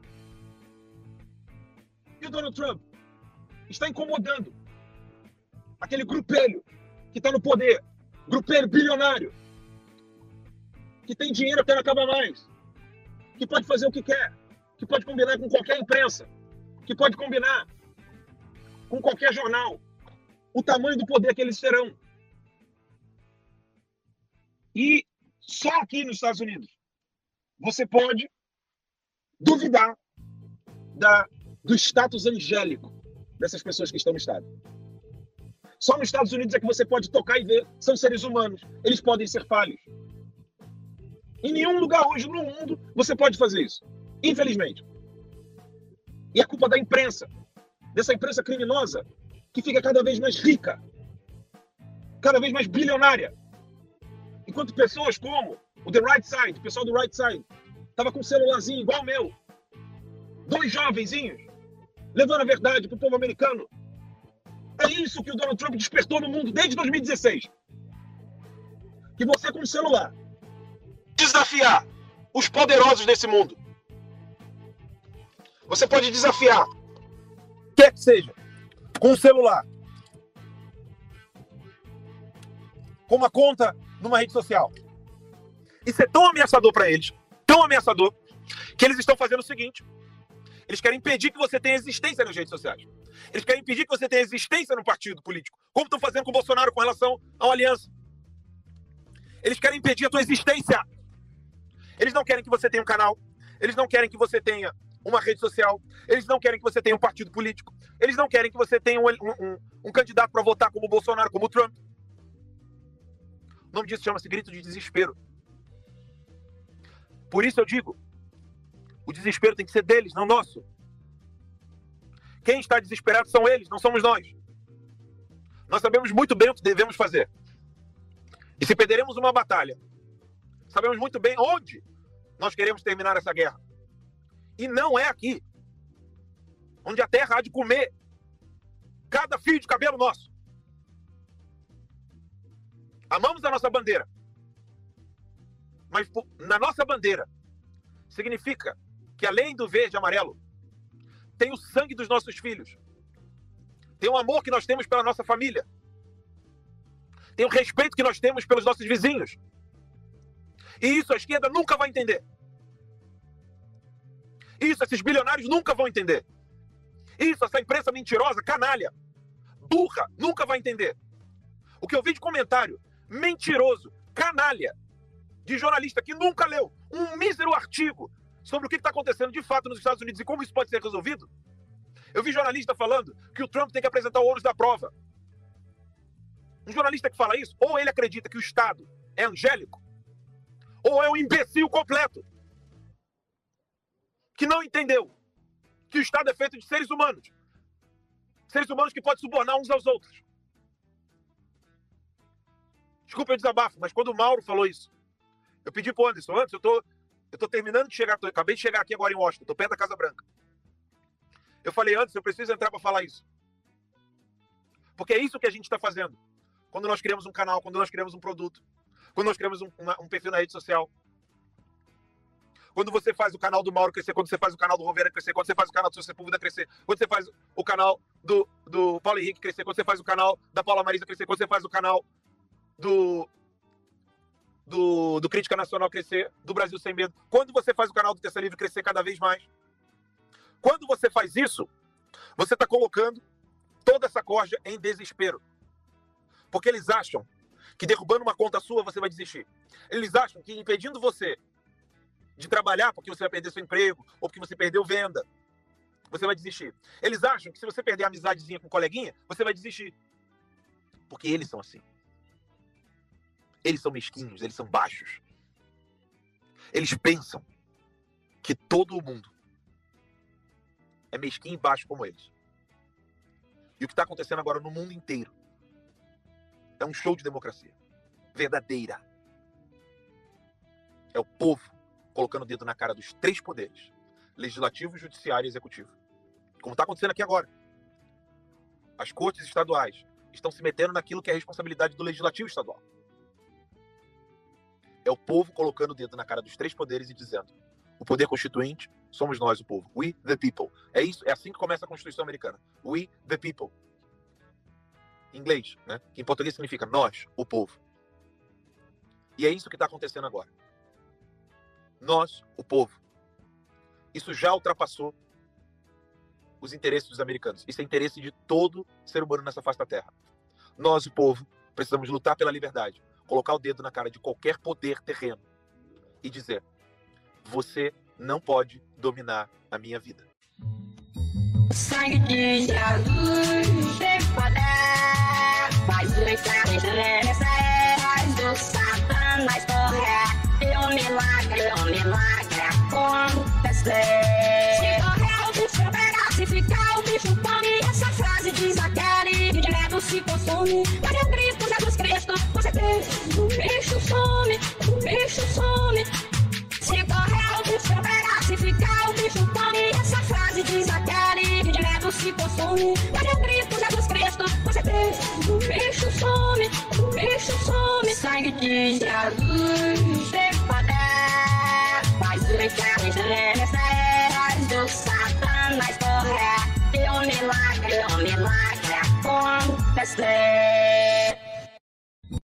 E o Donald Trump está incomodando aquele grupelho que está no poder, grupelho bilionário, que tem dinheiro até não acaba mais, que pode fazer o que quer, que pode combinar com qualquer imprensa, que pode combinar com qualquer jornal, o tamanho do poder que eles terão. E só aqui nos Estados Unidos você pode duvidar da, do status angélico dessas pessoas que estão no Estado. Só nos Estados Unidos é que você pode tocar e ver, são seres humanos, eles podem ser falhos. Em nenhum lugar hoje no mundo você pode fazer isso, infelizmente. E é culpa da imprensa, dessa imprensa criminosa, que fica cada vez mais rica, cada vez mais bilionária. Enquanto pessoas como o The Right Side, o pessoal do Right Side, estava com um celularzinho igual o meu, dois jovenzinhos, levando a verdade para o povo americano. É isso que o Donald Trump despertou no mundo desde dois mil e dezesseis. Que você com o celular desafiar os poderosos desse mundo. Você pode desafiar quer que seja, com o celular, com uma conta numa rede social. Isso é tão ameaçador para eles, tão ameaçador, que eles estão fazendo o seguinte: eles querem impedir que você tenha existência nas redes sociais. Eles querem impedir que você tenha existência no partido político, como estão fazendo com o Bolsonaro com relação à aliança. Eles querem impedir a tua existência. Eles não querem que você tenha um canal. Eles não querem que você tenha uma rede social. Eles não querem que você tenha um partido político. Eles não querem que você tenha um, um, um, um candidato para votar como o Bolsonaro, como o Trump. O nome disso chama-se grito de desespero. Por isso eu digo, o desespero tem que ser deles, não nosso. Quem está desesperado são eles, não somos nós. Nós sabemos muito bem o que devemos fazer. E se perderemos uma batalha, sabemos muito bem onde nós queremos terminar essa guerra. E não é aqui, onde a terra há de comer cada fio de cabelo nosso. Amamos a nossa bandeira. Mas na nossa bandeira significa que além do verde e amarelo, tem o sangue dos nossos filhos. Tem o amor que nós temos pela nossa família. Tem o respeito que nós temos pelos nossos vizinhos. E isso a esquerda nunca vai entender. Isso esses bilionários nunca vão entender. Isso essa imprensa mentirosa, canalha, burra, nunca vai entender. O que eu vi de comentário mentiroso, canalha, de jornalista que nunca leu um mísero artigo sobre o que está acontecendo de fato nos Estados Unidos e como isso pode ser resolvido. Eu vi jornalista falando que o Trump tem que apresentar o ônus da prova. Um jornalista que fala isso, ou ele acredita que o Estado é angélico, ou é um imbecil completo, que não entendeu que o Estado é feito de seres humanos. Seres humanos que podem subornar uns aos outros. Desculpa o desabafo, mas quando o Mauro falou isso, eu pedi pro Anderson, Anderson, eu tô, eu tô terminando de chegar, tô, acabei de chegar aqui agora em Washington, tô perto da Casa Branca. Eu falei, Anderson, eu preciso entrar para falar isso. Porque é isso que a gente está fazendo. Quando nós criamos um canal, quando nós criamos um produto, quando nós criamos um, uma, um perfil na rede social. Quando você faz o canal do Mauro crescer, quando você faz o canal do Rovera crescer, quando você faz o canal do Seu Sepúlveda crescer, quando você faz o canal do, do Paulo Henrique crescer, quando você faz o canal da Paula Marisa crescer, quando você faz o canal do, do, do Crítica Nacional crescer, do Brasil Sem Medo, quando você faz o canal do Terça Livre crescer cada vez mais. Quando você faz isso, você está colocando toda essa corja em desespero. Porque eles acham que derrubando uma conta sua, você vai desistir. Eles acham que impedindo você de trabalhar porque você vai perder seu emprego ou porque você perdeu venda, você vai desistir. Eles acham que se você perder a amizadezinha com o coleguinha, você vai desistir. Porque eles são assim. Eles são mesquinhos, eles são baixos. Eles pensam que todo mundo é mesquinho e baixo como eles. E o que está acontecendo agora no mundo inteiro é um show de democracia verdadeira. É o povo colocando o dedo na cara dos três poderes: legislativo, judiciário e executivo. Como está acontecendo aqui agora. As cortes estaduais estão se metendo naquilo que é a responsabilidade do legislativo estadual. É o povo colocando o dedo na cara dos três poderes e dizendo: o poder constituinte somos nós, o povo. We the people. É isso, é assim que começa a Constituição americana. We the people. Em inglês, né? Que em português significa nós, o povo. E é isso que está acontecendo agora. Nós, o povo. Isso já ultrapassou os interesses dos americanos. Isso é interesse de todo ser humano nessa face da Terra. Nós, o povo, precisamos lutar pela liberdade, colocar o dedo na cara de qualquer poder terreno e dizer: você não pode dominar a minha vida. Sangue de Jesus, tem poder, faz o inferno faz do Satanás correr, e um milagre, um milagre acontecer. Se correr o bicho pegar, se ficar o bicho come, essa frase diz aquele que de medo se consome. Mas é Cristo, Jesus Cristo, com certeza o bicho some, o bicho some. Se correr o bicho pegar, se ficar o bicho come, essa frase diz aquele que de medo se consome. Mas é Cristo, Jesus Cristo, com certeza o bicho some, o bicho some. Sangue de Jesus,